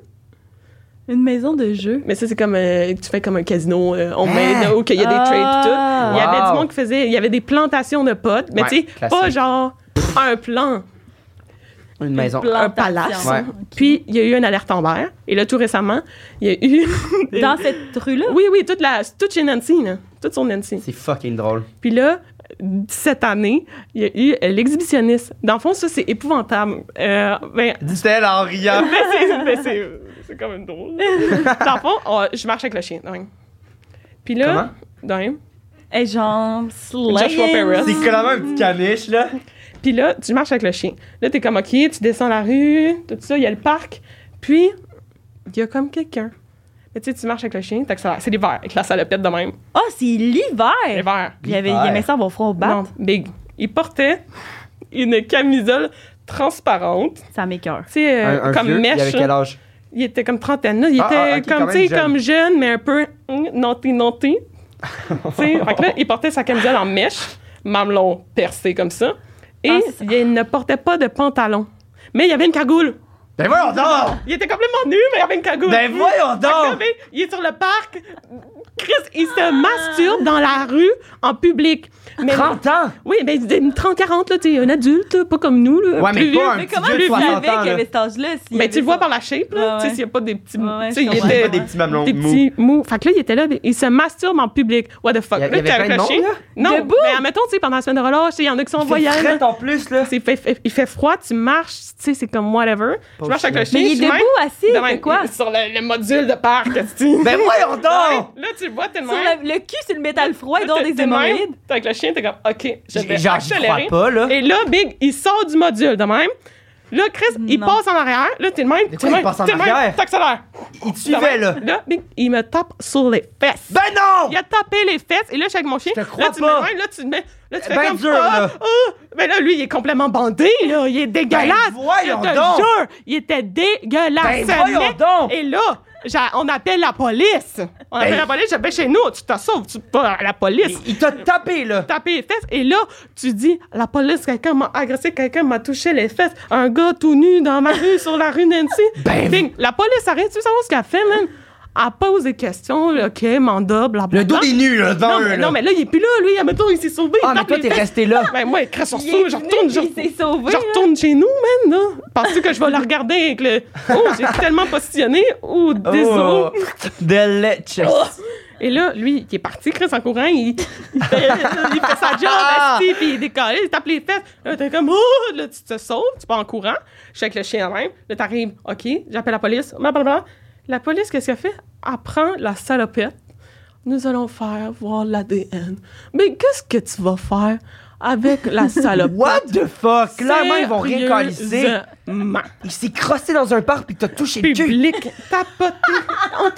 Une maison de jeu. Mais ça, c'est comme, tu fais comme un casino homemade, où il y a des trades et tout. Il y avait Wow. du monde qui faisait, il y avait des plantations de potes, mais Ouais, tu sais, classique. pas genre un plan. Une maison. Un palace. Ouais. Puis, il y a eu une alerte Amber. Et là, tout récemment, il y a eu... Dans cette rue-là? Oui, toute chez Nancy, là. Toute sur Nancy. C'est fucking drôle. Puis là, cette année, il y a eu l'exhibitionniste. Dans le fond, ça, c'est épouvantable. Ben, Dit-elle en riant. c'est quand même drôle. Dans le fond, je marche avec le chien. de même. Puis là... de même. Et genre, Joshua slaying. Perez. C'est clairement un petit caniche, là. Puis là, tu marches avec le chien. Là, t'es comme, OK, tu descends la rue, tout ça, il y a le parc. Puis, il y a comme quelqu'un. Mais tu sais, tu marches avec le chien, t'accélères. C'est l'hiver, avec la salopette de même. Ah, c'est l'hiver! L'hiver. Il aimait ça avoir froid au bat. Non, big. Il portait une camisole transparente. Ça m'écoeure. Tu sais, Un comme vieux, mèche. il avait quel âge? Il était comme trentaine, là. Il Ah, était ok, comme, quand tu sais, même jeune. comme jeune, mais un peu naughty. Tu sais, fait que là, il portait sa camisole en mèche, mamelon percé comme ça. Et Ah, c'est ça. il ne portait pas de pantalon. Mais il y avait une cagoule. Ben voyons donc! Il était complètement nu, mais il y avait une cagoule. Ben voyons Fait que là, donc! ben, il est sur le parc. Chris, il se masturbe dans la rue, en public. Mais, 30 ans! oui, ben, 30-40, là, tu sais, un adulte, là, pas comme nous, là. Ouais, mais plus pas vieux. un Mais petit comment vieux de tu 60 savais ans, qu'il y là. avait cet âge-là? s'il y Ben, avait tu le vois ça? par la shape, là. Ouais, Tu sais, ouais. s'il n'y a pas des petits... Ouais, ouais, tu sais, je il comprends. était... Pas des petits mamelons Des mous. petits mous. Fait que là, il était là, il se masturbe en public. What the fuck? Il y Là, avait t'es avec plein de le chien. monde, là? Non, Debout? mais admettons, tu sais, pendant la semaine de relâche, il y en a qui sont en Il fait voyage. fret en plus, là. Il fait froid, tu marches, tu sais, c'est comme whatever. Je marche avec le chien. Mais il est je suis même- debout, assis, il de fait même, quoi? Sur le module de parc, tu Ben voyons donc! Là, tu le vois tellement. Sur le cul, sur le métal froid, il dort des hémorroïdes. T'es avec le chien, t'es comme, OK, je vais Genre, j'y crois accélérer. pas, là. Et là, Big, il sort du module de même. Là, Chris, il Non. passe en arrière. Là, t'es le même. De quoi il passe en arrière? T'accélères. Il te suivait, là. Là, il me tape sur les fesses. Ben non! Il a tapé les fesses. Et là, je suis avec mon chien. Je te crois là, tu pas. me mets, là, tu me mets. Là, tu fais Ben comme dur, là. Ben là, lui, il est complètement bandé, là. Il est dégueulasse. Ben voyons je te donc. jure. Il était dégueulasse. Ben Ce voyons mec- donc. Et là, on appelle la police. On appelle la police. J'appelle chez nous. Tu te sauves. Tu pas à la police. Il t'a tapé, là. Taper les fesses. Et là, tu dis, la police, quelqu'un m'a agressé, quelqu'un m'a touché les fesses. Un gars tout nu dans ma rue, sur la rue Nancy. Ben, Bing. La police arrête. Tu veux savoir ce qu'elle fait, man? Elle pose des questions, là, OK, mandat, blablabla. Le dos des nus, là, devant eux, là. Non, mais là, il est plus là, lui. Admettons, il s'est sauvé. Ah, il mais tape toi, les t'es fesses. resté là. Ben, moi, il crasse sur Il ça. est Je venu, retourne, puis il s'est sauvé. je là. retourne chez nous, man, là. Penses-tu que je vais la regarder avec le... Oh, j'ai tellement positionné. Oh, désolé. Oh, de leche. Et là, lui, il est parti, Chris, en courant, il fait sa job, esti, puis il décolle, il tape les fesses. Là, t'es comme, oh, là, tu te sauves, tu pars en courant. Je suis avec le chien même. Là, t'arrives, OK, j'appelle la police, blablabla. La police, qu'est-ce qu'elle fait? Elle prend la salopette. Nous allons faire voir l'ADN. Mais qu'est-ce que tu vas faire avec la salopette? What the fuck? Clairement, ils vont rien calisser. Sérieusement. Il s'est crossé dans un parc pis t'as touché le cul. Public, tapoté. On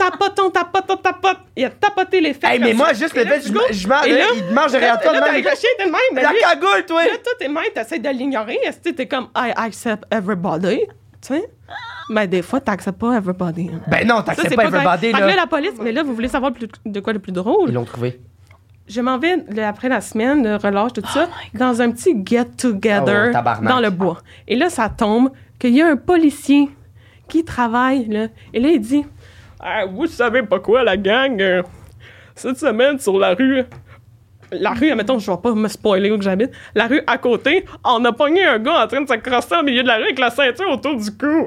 tapote. Il a tapoté les fesses. Hey, mais comme moi, ça. juste Et le là, fait, tu go. je marche, Et là, il marche derrière toi de là, même. avec le chien, t'es de même. Mais La lui, cagoule, toi. là, toi, t'es de même, t'essaies de l'ignorer. Est-ce que t'es comme, I accept everybody? Tu sais? Mais des fois, t'acceptes pas everybody. Hein. Ben non, Ça, t'acceptes c'est pas correct. everybody, Fait que là, là. la police, mais là, vous voulez savoir de quoi le plus drôle? Ils l'ont trouvé. Je m'en vais, après la semaine, le relâche, tout ça, dans un petit get-together Oh, tabarnak. dans le bois. Et là, ça tombe qu'il y a un policier qui travaille, là. Et là, il dit, ah, vous savez pas quoi, la gang? Cette semaine, sur la rue, admettons, je vais pas me spoiler où que j'habite, la rue à côté, on a pogné un gars en train de se crosser au milieu de la rue avec la ceinture autour du cou.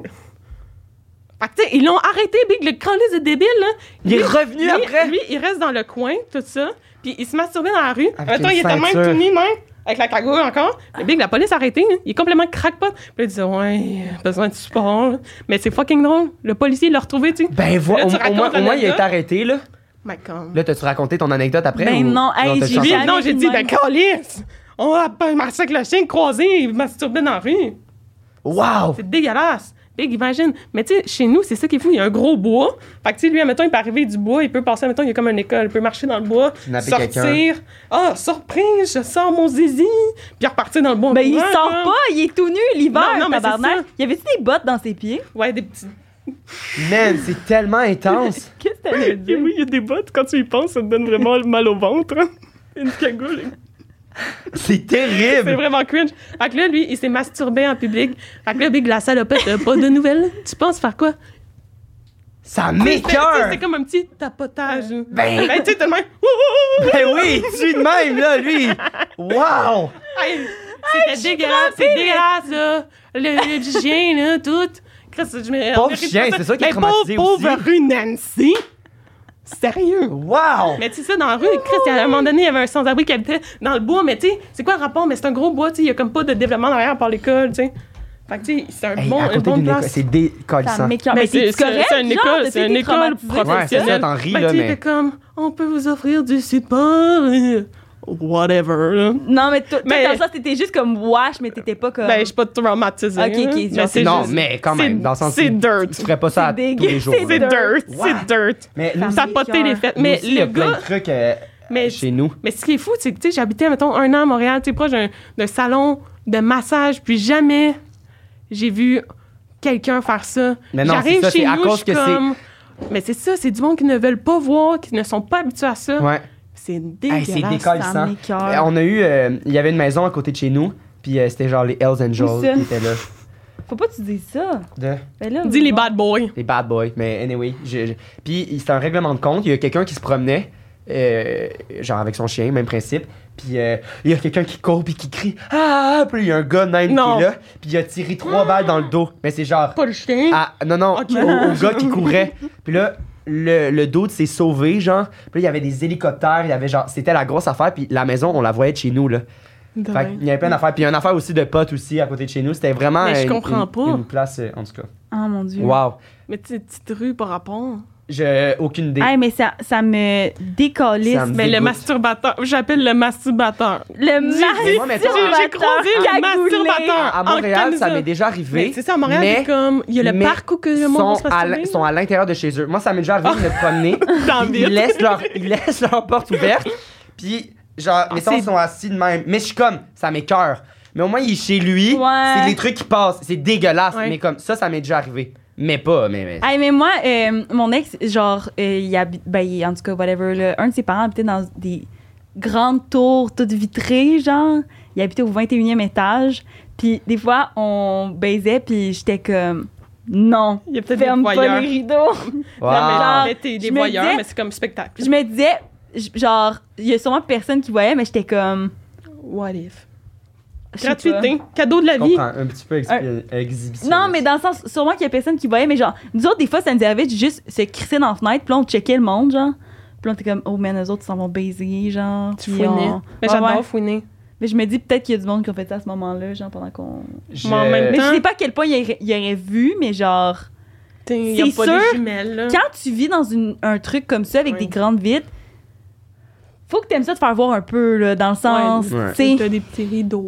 Fait que, tu sais, ils l'ont arrêté, Big, le calice de débile, là. Il est revenu après. Lui, il reste dans le coin, tout ça, puis il se masturbait dans la rue. Avec Attends, une il était même ceinture. tout nu, même, avec la cagoule encore. Mais Big, la police a arrêté, hein. Il est complètement crackpot. Puis là, il disait, ouais, besoin de support, là. Mais c'est fucking drôle. Le policier l'a retrouvé, tu sais. Ben, Là, tu au racontes moins, il a l'anecdote. été arrêté, là. Mais comme... Là, t'as-tu raconté ton anecdote après? Ben ou- non, hey, t'as j'ai chanté? jamais- Non, j'ai dit, de ben, même. calice! On a marché avec le chien croisé, il masturbait dans la rue. Wow! C'est dégueulasse. Big, imagine. Mais tu sais, chez nous, c'est ça qui est fou. Il y a un gros bois. Fait que tu sais, lui, admettons, il peut arriver du bois, il peut passer, admettons, il y a comme une école, il peut marcher dans le bois, Snapper sortir. Ah, surprise, je sors mon zizi, puis repartir dans le bois. en Ben, il courant, sort comme. pas, il est tout nu l'hiver, Non, mais c'est tabarnak. ça. Y avait-tu des bottes dans ses pieds? Ouais, des petits. Man, c'est tellement intense. Qu'est-ce que t'allais dire? Oui, il y a des bottes. Quand tu y penses, ça te donne vraiment mal au ventre. hein. Une cagoule. C'est C'est terrible. vraiment cringe. Fait que là, lui, il s'est masturbé en public. Fait que là, Big, la salopette, pas de nouvelles. Tu penses faire quoi? Ça Tu sais, m'écoeure. c'est comme un petit tapotage. Ben- tu sais, tellement. Ben oui, tu de même, là, lui. Wow! Hey, c'était dégueulasse. C'est dégueulasse, là. Le chien, là, tout. Chris, on Pauvre mérite chien, pas c'est ça qui est Ben, traumatisé pauvre aussi. rue Nancy. Sérieux. Wow! Mais tu sais, ça, dans la rue, Chris, à un moment donné, il y avait un sans-abri qui habitait dans le bois. Mais tu sais, c'est quoi le rapport? Mais c'est un gros bois, tu sais. Il y a comme pas de développement derrière par l'école, tu sais. Fait que tu sais, c'est un Hey, bon, à une côté bonne d'une école, place. c'est décalissant. Ça m'écoeure. Mais Mais c'est correct, c'est une genre, école, t'as c'est une été école traumatisé? Ouais, c'est professionnelle. ça, t'en ris, Ben, là, tu sais, mais- t'es comme, on peut vous offrir du support, whatever, là. Non, mais toi, Mais- dans ça, t'étais juste comme wash, mais t'étais pas comme. Ben, je suis pas traumatisée. Ok, ok, hein. genre, Mais c'est Non, juste- mais quand même, dans le sens c'est où dirt. tu ferais pas ça C'est tous les dégueu, jours. C'est là. dirt. What? C'est dirt. Mais Ça nous, Tapoter les fêtes. nous Mais aussi, il y a le plein gars... de trucs Mais- chez nous. Mais ce qui est fou, c'est que, tu sais, j'habitais, mettons, 1 an à Montréal, tu sais, proche d'un salon de massage, puis jamais j'ai vu quelqu'un faire ça. Mais non, J'arrive c'est ça, chez c'est à nous, cause je suis que c'est- comme... Mais c'est ça, c'est du monde qui ne veulent pas voir, qui ne sont pas habitués à ça. Ouais. C'est Hey, dégueulasse. c'est décalissant. ça m'écoeure. On a eu... il y avait une maison à côté de chez nous, puis c'était genre les Hells Où Angels ça? qui étaient là. Faut pas que tu dises ça. De... Ben là, Dis les bon. bad boys. Les bad boys. Mais anyway, puis c'était un règlement de compte. Il y a quelqu'un qui se promenait, genre avec son chien, même principe. Puis il y a quelqu'un qui court puis qui crie « Ah! » Puis il y a un gars même Non. qui est là. Puis il a tiré 3 balles dans le dos. Mais c'est genre... Pas le chien. Ah, non, Ok. au gars qui courait. Puis là, le dude s'est sauvé, genre. Puis là, il y avait des hélicoptères, il y avait genre... C'était la grosse affaire, puis la maison, on la voyait de chez nous, là. Fait qu'il y avait plein d'affaires. Puis il y a une affaire aussi de potes aussi à côté de chez nous. C'était vraiment Mais je comprends pas. une place, en tout cas. Oh mon dieu. Wow. Mais tu sais, petite rue par rapport. aucune idée. Hey, mais ça me décalisse. Ça me Mais le dégoûte. masturbateur, j'appelle le masturbateur. Le moi, mettons, J'ai croisé le cagoulé. masturbateur. À en Montréal, ça camisole. m'est déjà arrivé. Mais c'est ça, à Montréal, mais- c'est comme. Il y a le mais parc où que le monde va se masturber. sont à l'intérieur de chez eux. Moi, ça m'est déjà arrivé de me promener. Dans Puis le vide. ils laissent leur porte ouverte. Puis, genre, mettons, c'est- ils sont assis de même. Mais je suis comme, ça m'écoeure. Mais au moins, il est chez lui. Ouais. C'est les trucs qui passent. C'est dégueulasse. Ouais. Mais comme ça m'est déjà arrivé. Mais pas, mais. Hey, mais moi, mon ex, genre, il habite, en tout cas, whatever, là, un de ses parents habitait dans des grandes tours toutes vitrées, genre. Il habitait au 21e étage. Puis des fois, on baisait, puis j'étais comme, non, Il y a peut-être ferme des pas voyeurs. les rideaux. Wow. Non, mais Genre, genre, des je me voyeurs, disais- mais c'est comme spectacle. Je me disais, genre, il y a sûrement personne qui voyait, mais j'étais comme, What if? je sais pas. Gratuité, cadeau de la Je vie. comprends, un petit peu exhibition. Non, mais dans le sens, sûrement qu'il y a personne qui voyait, mais genre, nous autres, des fois, ça nous arrivait de juste se crisser dans la fenêtre, puis là, on checkait le monde, genre. Puis là, on était comme, oh man, eux autres, ils s'en vont baiser, genre. Tu puis fouinais. on- Mais Ouais, j'adore ouais. fouiner. Mais je me dis peut-être qu'il y a du monde qui a fait ça à ce moment-là, genre, pendant qu'on. Je- Mais en même Mais temps- je sais pas à quel point il aurait vu, mais genre, Il y a C'est pas sûr, de jumelles, là. quand tu vis dans un truc comme ça, avec Ouais. des grandes vitres, faut que t'aimes ça te faire voir un peu, là, dans le sens, Ouais. tu sais. T'as des petits rideaux.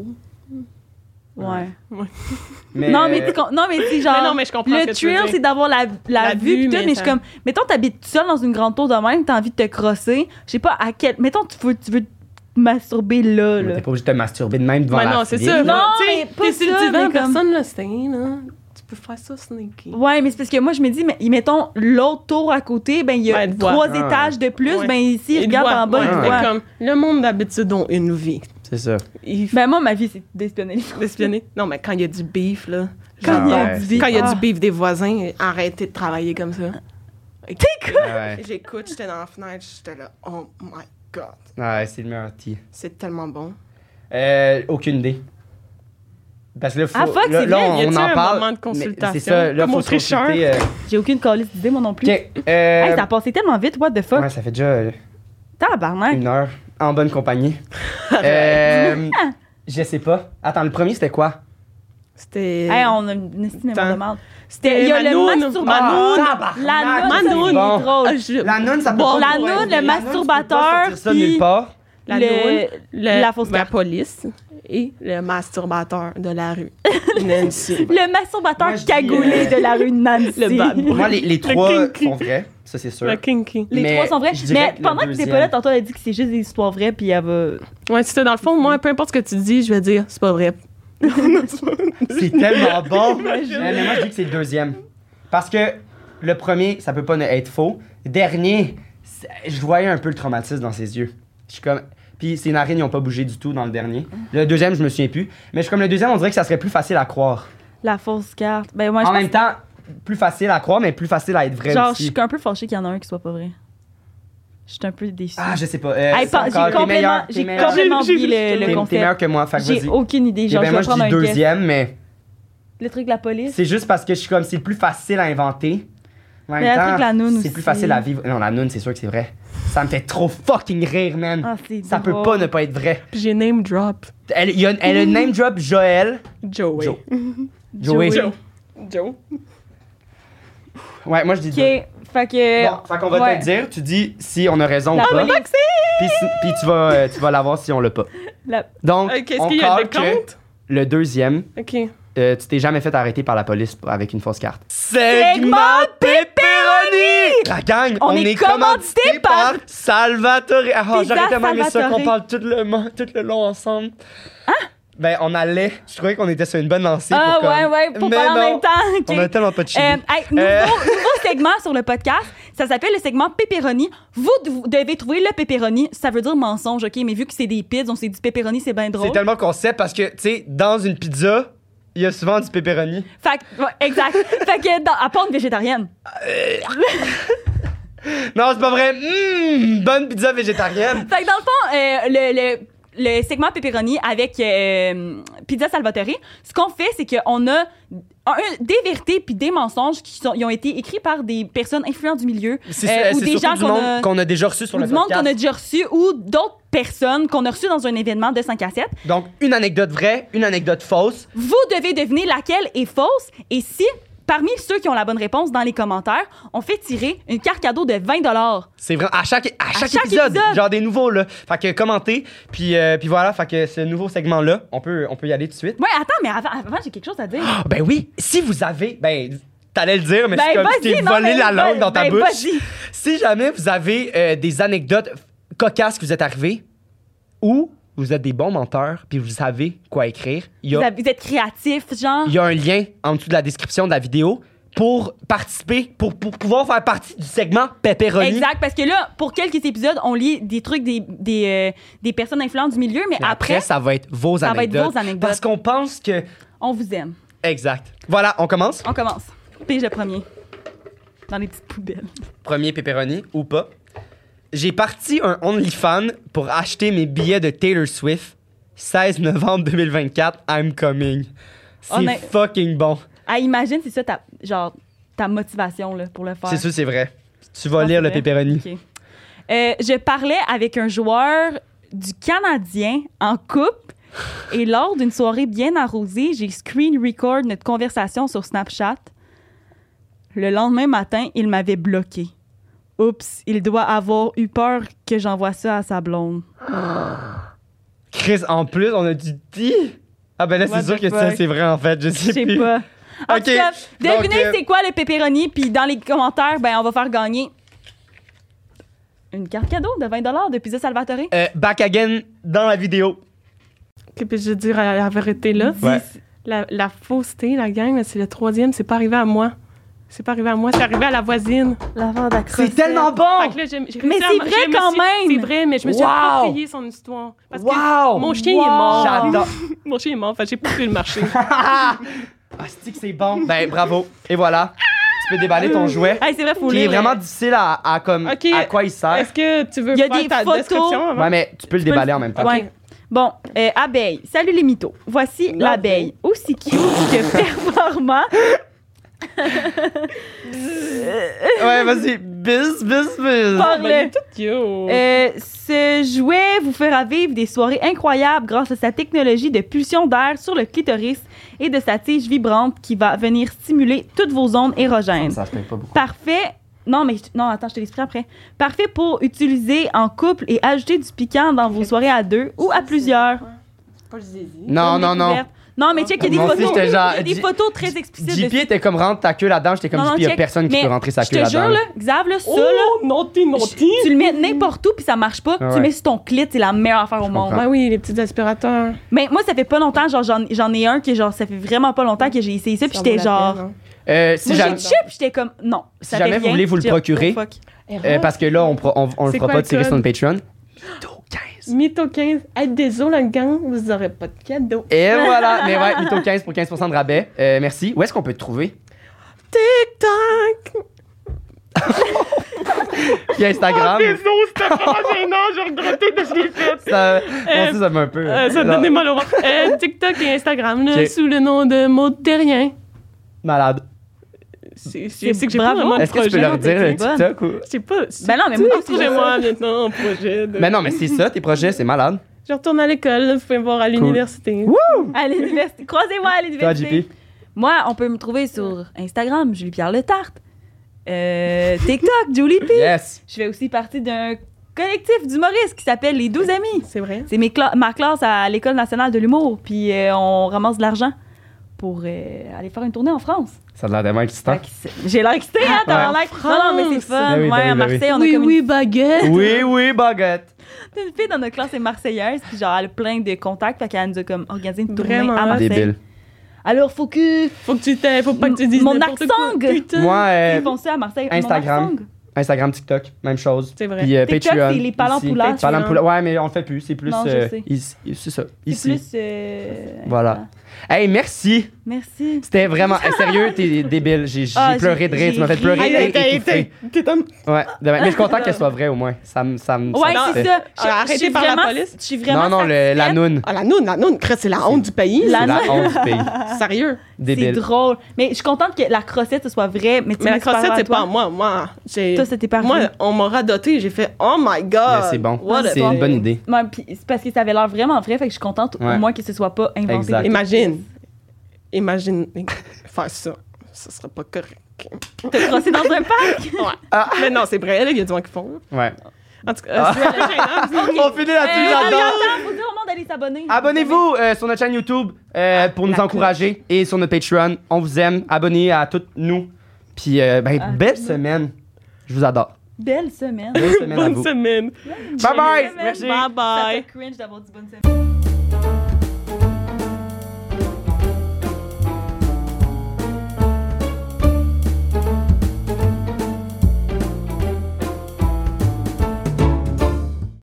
Ouais. Mais, Non, mais non, mais tu sais, genre. Mais non, mais je comprends ce Le que tu veux thrill, dire. c'est d'avoir la La vue vue, pis tout, mais mais je ça- suis comme, mettons, t'habites tout seul dans une grande tour de même, t'as envie de te crosser, je sais pas à quel, mettons, tu veux te masturber là, Mais là. t'es pas obligé de te masturber de même devant Ouais, la non, c'est vitre, ça. là. Non, Tu sais, mais pas t'es sur ça, le divan, mais comme- personne le sait, là. Tu peux faire ça sneaky. Ouais, mais c'est parce que moi, je me dis, mais mettons, l'autre tour à côté, ben, il y a Ouais, te voit. 3 Ah. étages de plus, Ouais. ben, ici, Il te regarde voit. en bas, Ouais, il te mais voit. comme, le monde d'habitude ont une vie. C'est ça. Il faut Ben, moi, ma vie, c'est d'espionner les gens. espionner. Non, mais quand il y a du beef, là. Quand il y a ouais. du beef. Quand il y a Ah. du beef des voisins, arrêtez de travailler comme ça. Ouais, J'écoute, j'étais dans la fenêtre, j'étais là, oh my god, ouais, c'est le meilleur tea. c'est tellement bon. Aucune idée. Parce que là, faut, Ah, fuck, là, c'est là, vrai, on y a-t-il en un parle. moment de mais consultation? C'est ça, là, Comme faut au se consulter. J'ai aucune calice d'idée, moi non plus. OK. Hey, ça a passé tellement vite, what the fuck? Ouais, ça fait déjà Tabarnak. 1 heure en bonne compagnie. Je sais pas. Attends, le premier, c'était quoi? C'était. Hey, on a une estime Attends. de demande. C'était. Il y a le Manoun. masturbateur. Manoun. La noune, Manoun. c'est Bon. drôle. La noune, ça peut Bon, pas... la ouais, noune, la le noune, tu peux pas masturbateur, sortir ça puis- nulle part. La Le- noune, la fausse la carte. police et le masturbateur de la rue. Nancy. Le masturbateur Moi, je dis, cagoulé de la rue de Nancy. Le bad boy. Moi, les trois kinky. sont vrais. Ça, c'est sûr. La kinky. Les Mais 3 sont vrais. je dirais Mais que le pendant que t'étais pas deuxième- là, tantôt, elle a dit que c'est juste des histoires vraies, puis elle va. Ouais, c'est ça. Dans le fond, moi, peu importe ce que tu dis, je vais dire, c'est pas vrai. C'est tellement bon. Mais moi, je dis que c'est le deuxième. Parce que le premier, ça peut pas être faux. Le dernier, je voyais un peu le traumatisme dans ses yeux. Je suis comme... Puis ses narines n'ont pas bougé du tout dans le dernier. Le deuxième, je me souviens plus. Mais je suis comme le deuxième, on dirait que ça serait plus facile à croire. La fausse carte. Ben, moi, je En pense même temps, plus facile à croire, mais plus facile à être vrai genre, je aussi. suis un peu fâchée qu'il y en a un qui soit pas vrai. Je suis un peu déçue. Ah, je sais pas. Hey, c'est j'ai encore- t'es meilleur, j'ai t'es meilleur. complètement J'ai- oublié j'ai- le T'es concept. meilleur que moi, fait que J'ai vas-y. aucune idée. Eh Genre, ben, je moi, vais je prendre dis un guess. deuxième, mais Le truc de la police. c'est juste parce que je suis comme, c'est le plus facile à inventer. En même Mais le temps, truc de la noune c'est aussi. plus facile à vivre. Non, la noune, c'est sûr que c'est vrai. Ça me fait trop fucking rire, man. Ah, c'est Ça peut drôle. pas ne pas être vrai. Puis j'ai name drop. Elle a name drop Joël. Joey. Joe. Joey. Joe. Joe. Ouais, moi je dis Ok, deux. fait que. Bon, fait qu'on va ouais. te le dire. Tu dis si on a raison La ou pas. police. Puis tu vas l'avoir si on l'a pas. La- Donc, Qu'est-ce on qu'il y a de call que compte? le deuxième, Ok. tu t'es jamais fait arrêter par la police avec une fausse carte. Segment Pepperoni! La gang, On est commandité par Salvatore. Ah, Pizza j'aurais tellement aimé ça Salvatore. qu'on parle tout le long ensemble. Ben, on allait. Je trouvais qu'on était sur une bonne lancée. Ah, pour comme- ouais, pour Mais parler en non, même temps. ok. On a tellement pas de chili. Hey, nouveau segment sur le podcast. Ça s'appelle le segment pepperoni. Vous devez trouver le pepperoni. Ça veut dire mensonge, OK? Mais vu que c'est des pizzas, on s'est dit pepperoni, c'est bien drôle. C'est tellement concept parce que, tu sais, dans une pizza, il y a souvent du pepperoni. Fait que, ouais, exact. fait que, à part une végétarienne. Non, c'est pas vrai. Bonne pizza végétarienne. Fait que dans le fond, le segment pepperoni avec Pizza Salvatore, ce qu'on fait, c'est qu'on a des vérités puis des mensonges ils ont été écrits par des personnes influentes du milieu. C'est ou des surtout gens du monde qu'on a déjà reçu sur ou le du monde podcast. qu'on a déjà reçu ou d'autres personnes qu'on a reçues dans un événement de 5 à 7. Donc, une anecdote vraie, une anecdote fausse. Vous devez deviner laquelle est fausse et si parmi ceux qui ont la bonne réponse dans les commentaires, on fait tirer une carte cadeau de 20 $. C'est vrai, à chaque épisode, genre des nouveaux, là. Fait que commentez, puis voilà, fait que ce nouveau segment-là, on peut y aller tout de suite. Ouais, attends, mais avant j'ai quelque chose à dire. Ben oui, si vous avez, t'allais le dire, mais c'est comme si t'es non, volé mais la langue dans ta bouche. vas-y. Si jamais vous avez des anecdotes cocasses qui vous êtes arrivées, ou vous êtes des bons menteurs, puis vous savez quoi écrire, Vous êtes créatifs, genre. il y a un lien en dessous de la description de la vidéo pour participer, pour pouvoir faire partie du segment Pepperoni. Exact, parce que là, pour quelques épisodes, on lit des trucs des personnes influentes du milieu, mais après, ça va être vos anecdotes. Parce qu'on pense que... on vous aime. Exact. Voilà, on commence. On commence. Pige le premier. Dans les petites poubelles. Premier Pepperoni ou pas. J'ai parti un OnlyFans pour acheter mes billets de Taylor Swift. 16 novembre 2024, I'm coming. C'est fucking bon. Ah, imagine, c'est ça ta motivation là, pour le faire. C'est ça, c'est vrai. Tu vas lire le Pepperoni. Okay. Je parlais avec un joueur du Canadien en couple et lors d'une soirée bien arrosée, j'ai screen record notre conversation sur Snapchat. Le lendemain matin, il m'avait bloqué. Oups, il doit avoir eu peur que j'envoie ça à sa blonde. Chris, en plus, on a du dit. Ah ben là, c'est sûr que ça, c'est vrai, en fait. Je sais plus. pas. En Ok. tout cas, devinez Donc, c'est quoi le pepperoni, puis dans les commentaires, on va faire gagner une carte cadeau de 20 $ de Pizza Salvatore. Back again dans la vidéo. OK, puis je vais dire la vérité, là. Ouais. La fausseté, la gang, là, c'est le 3e. C'est pas arrivé à moi. C'est pas arrivé à moi, c'est arrivé à la voisine. L'avant d'accroche. C'est tellement bon! Fait que là, j'ai Mais c'est vrai quand même! C'est vrai, mais je me suis approprié son histoire. Parce que mon chien il est mort. J'adore! Mon chien est mort, fait que j'ai pas pu le marcher. Ah, c'est bon! Ben, bravo! Et voilà! Tu peux déballer ton jouet. Hey, c'est vrai, faut Qui est lire. vraiment difficile à quoi il sert. Est-ce que tu veux Il y a faire des ta photos. description avant? Ouais, mais tu peux le déballer en même temps. Ouais. Bon, abeille. Salut les mythos. Voici l'abeille. Aussi cute que performant. Ouais, vas-y. Bis. Parle. Ben, il est tout cute. Ce jouet vous fera vivre des soirées incroyables grâce à sa technologie de pulsion d'air sur le clitoris et de sa tige vibrante qui va venir stimuler toutes vos zones érogènes. Ça se paye pas beaucoup. Parfait. Non, attends, je te l'explique après. Parfait pour utiliser en couple et ajouter du piquant dans vos soirées à deux ou à plusieurs. Non. Non, mais check, il y a Moi aussi, des photos. j'étais genre- Il y a des photos très explicites. JP dessus. était comme rentre ta queue là-dedans. J'étais comme Non, JP, il y a check. personne qui Mais peut rentrer sa je queue te là-dedans. jure, là, Xav, là, ça, là, Oh, naughty. tu le mets n'importe où puis ça marche pas. Ouais. Tu mets sur ton clit, c'est la meilleure affaire au monde. comprends. Ben oui, les petits aspirateurs. Mais moi, ça fait pas longtemps, genre, j'en ai un qui, genre, ça fait vraiment pas longtemps que j'ai essayé ça, puis Ça j'étais vaut la genre. peine, hein. Si Moi, j'ai jamais, chip, j'étais comme, non. Si Ça jamais fait vous rien. voulez vous le J'étais, procurer, oh, fuck. parce que là, on le C'est fera quoi pas le tirer sur code? notre Patreon. Mytho 15, aide des os, la gang, vous aurez pas de cadeau. Et voilà. Mais ouais, Mytho 15 pour 15% de rabais. Merci. Où est-ce qu'on peut te trouver? TikTok! Il y a Instagram. Des os, c'était vraiment gênant, j'ai regretté de ce que j'ai fait. Ça, moi aussi, ça m'a un peu. Ça me donnait mal au ventre. TikTok et Instagram, là, Ok. sous le nom de Maud Terrien. Malade. C'est que j'ai pas bravo. vraiment de Est-ce que tu peux projet. leur dire le t'es bonne. TikTok ou. C'est pas. Ben non, mais moi, Trouvez-moi maintenant un projet. Mais non, mais c'est ça, tes projets, c'est malade. Je retourne à l'école, là, vous pouvez me voir à l'université. À l'université. Croisez-moi à Toi, l'université. JP. Moi, on peut me trouver sur Instagram, Julie-Pierre Le Tarte. TikTok, Julie P. Yes. Je fais aussi partie d'un collectif d'humoristes qui s'appelle Les 12 Amis. C'est vrai. C'est ma classe à l'École nationale de l'humour. Puis on ramasse de l'argent pour aller faire une tournée en France. Ça a l'air tellement excitant. Fait que j'ai l'air excitée, hein, t'as Ouais. l'air. Non, mais c'est fun. Ben oui, ben ouais, oui, à ben oui. Marseille, on a comme une... baguette. Oui, baguette. une fille dans notre classe est marseillaise, puis genre, elle a plein de contacts, fait qu'elle nous a comme organisé une tournée Vraiment, à Marseille. Débile. Alors, faut que... Faut pas que tu dises Mon n'importe accent. quoi. Putain. Moi, Ils font ça à Marseille. Mon Instagram. accent. Instagram, TikTok, même chose. C'est vrai. Puis TikTok, Patreon. c'est les palampoulats. ici. Palampoulats. Ouais, mais on le fait plus. C'est plus. Non, je sais. C'est ça. C'est Ici. plus... Voilà. Hey, merci. Merci. C'était vraiment. Sérieux, t'es débile. J'ai pleuré de rire. Tu m'as fait pleurer et étouffer. Ouais. Mais je suis content qu'elle soit vraie au moins. Ça me. Ouais, ça c'est fait- ça. Arrêtez par la police. Je suis vraiment Non, la satisfaite. noune. Ah, la noune, crête, c'est la honte du pays. La- C'est la honte du pays. Sérieux. C'est Débile. drôle. Mais je suis contente que la crossette, ce soit vrai. Mais, tu Mais la sais, par crossette, rapport à c'est toi. pas moi. Toi, c'était pas Moi, vrai. on m'a radoté, j'ai fait oh my god. Mais c'est bon. What a C'est fuck. une bonne idée. Ouais, puis c'est parce que ça avait l'air vraiment vrai, fait que je suis contente Ouais. au moins que ce soit pas inventé. Exact. Imagine faire ça. ça serait pas correct. T'as crossé dans un parc? Ouais. Mais non, c'est vrai, il y a du gens qui font. Ouais. En tout cas, c'est gênant. On finit là-dessus, Attends, j'adore. faut dire au monde d'aller s'abonner. Abonnez-vous sur notre chaîne YouTube pour nous encourager et sur notre Patreon. On vous aime. Abonnez à toutes nous. Puis, belle semaine. Je vous adore. Belle semaine. Belle semaine à Bonne vous. semaine. Bye bye. Merci. Bye bye. Ça fait cringe d'avoir dit bonne semaine.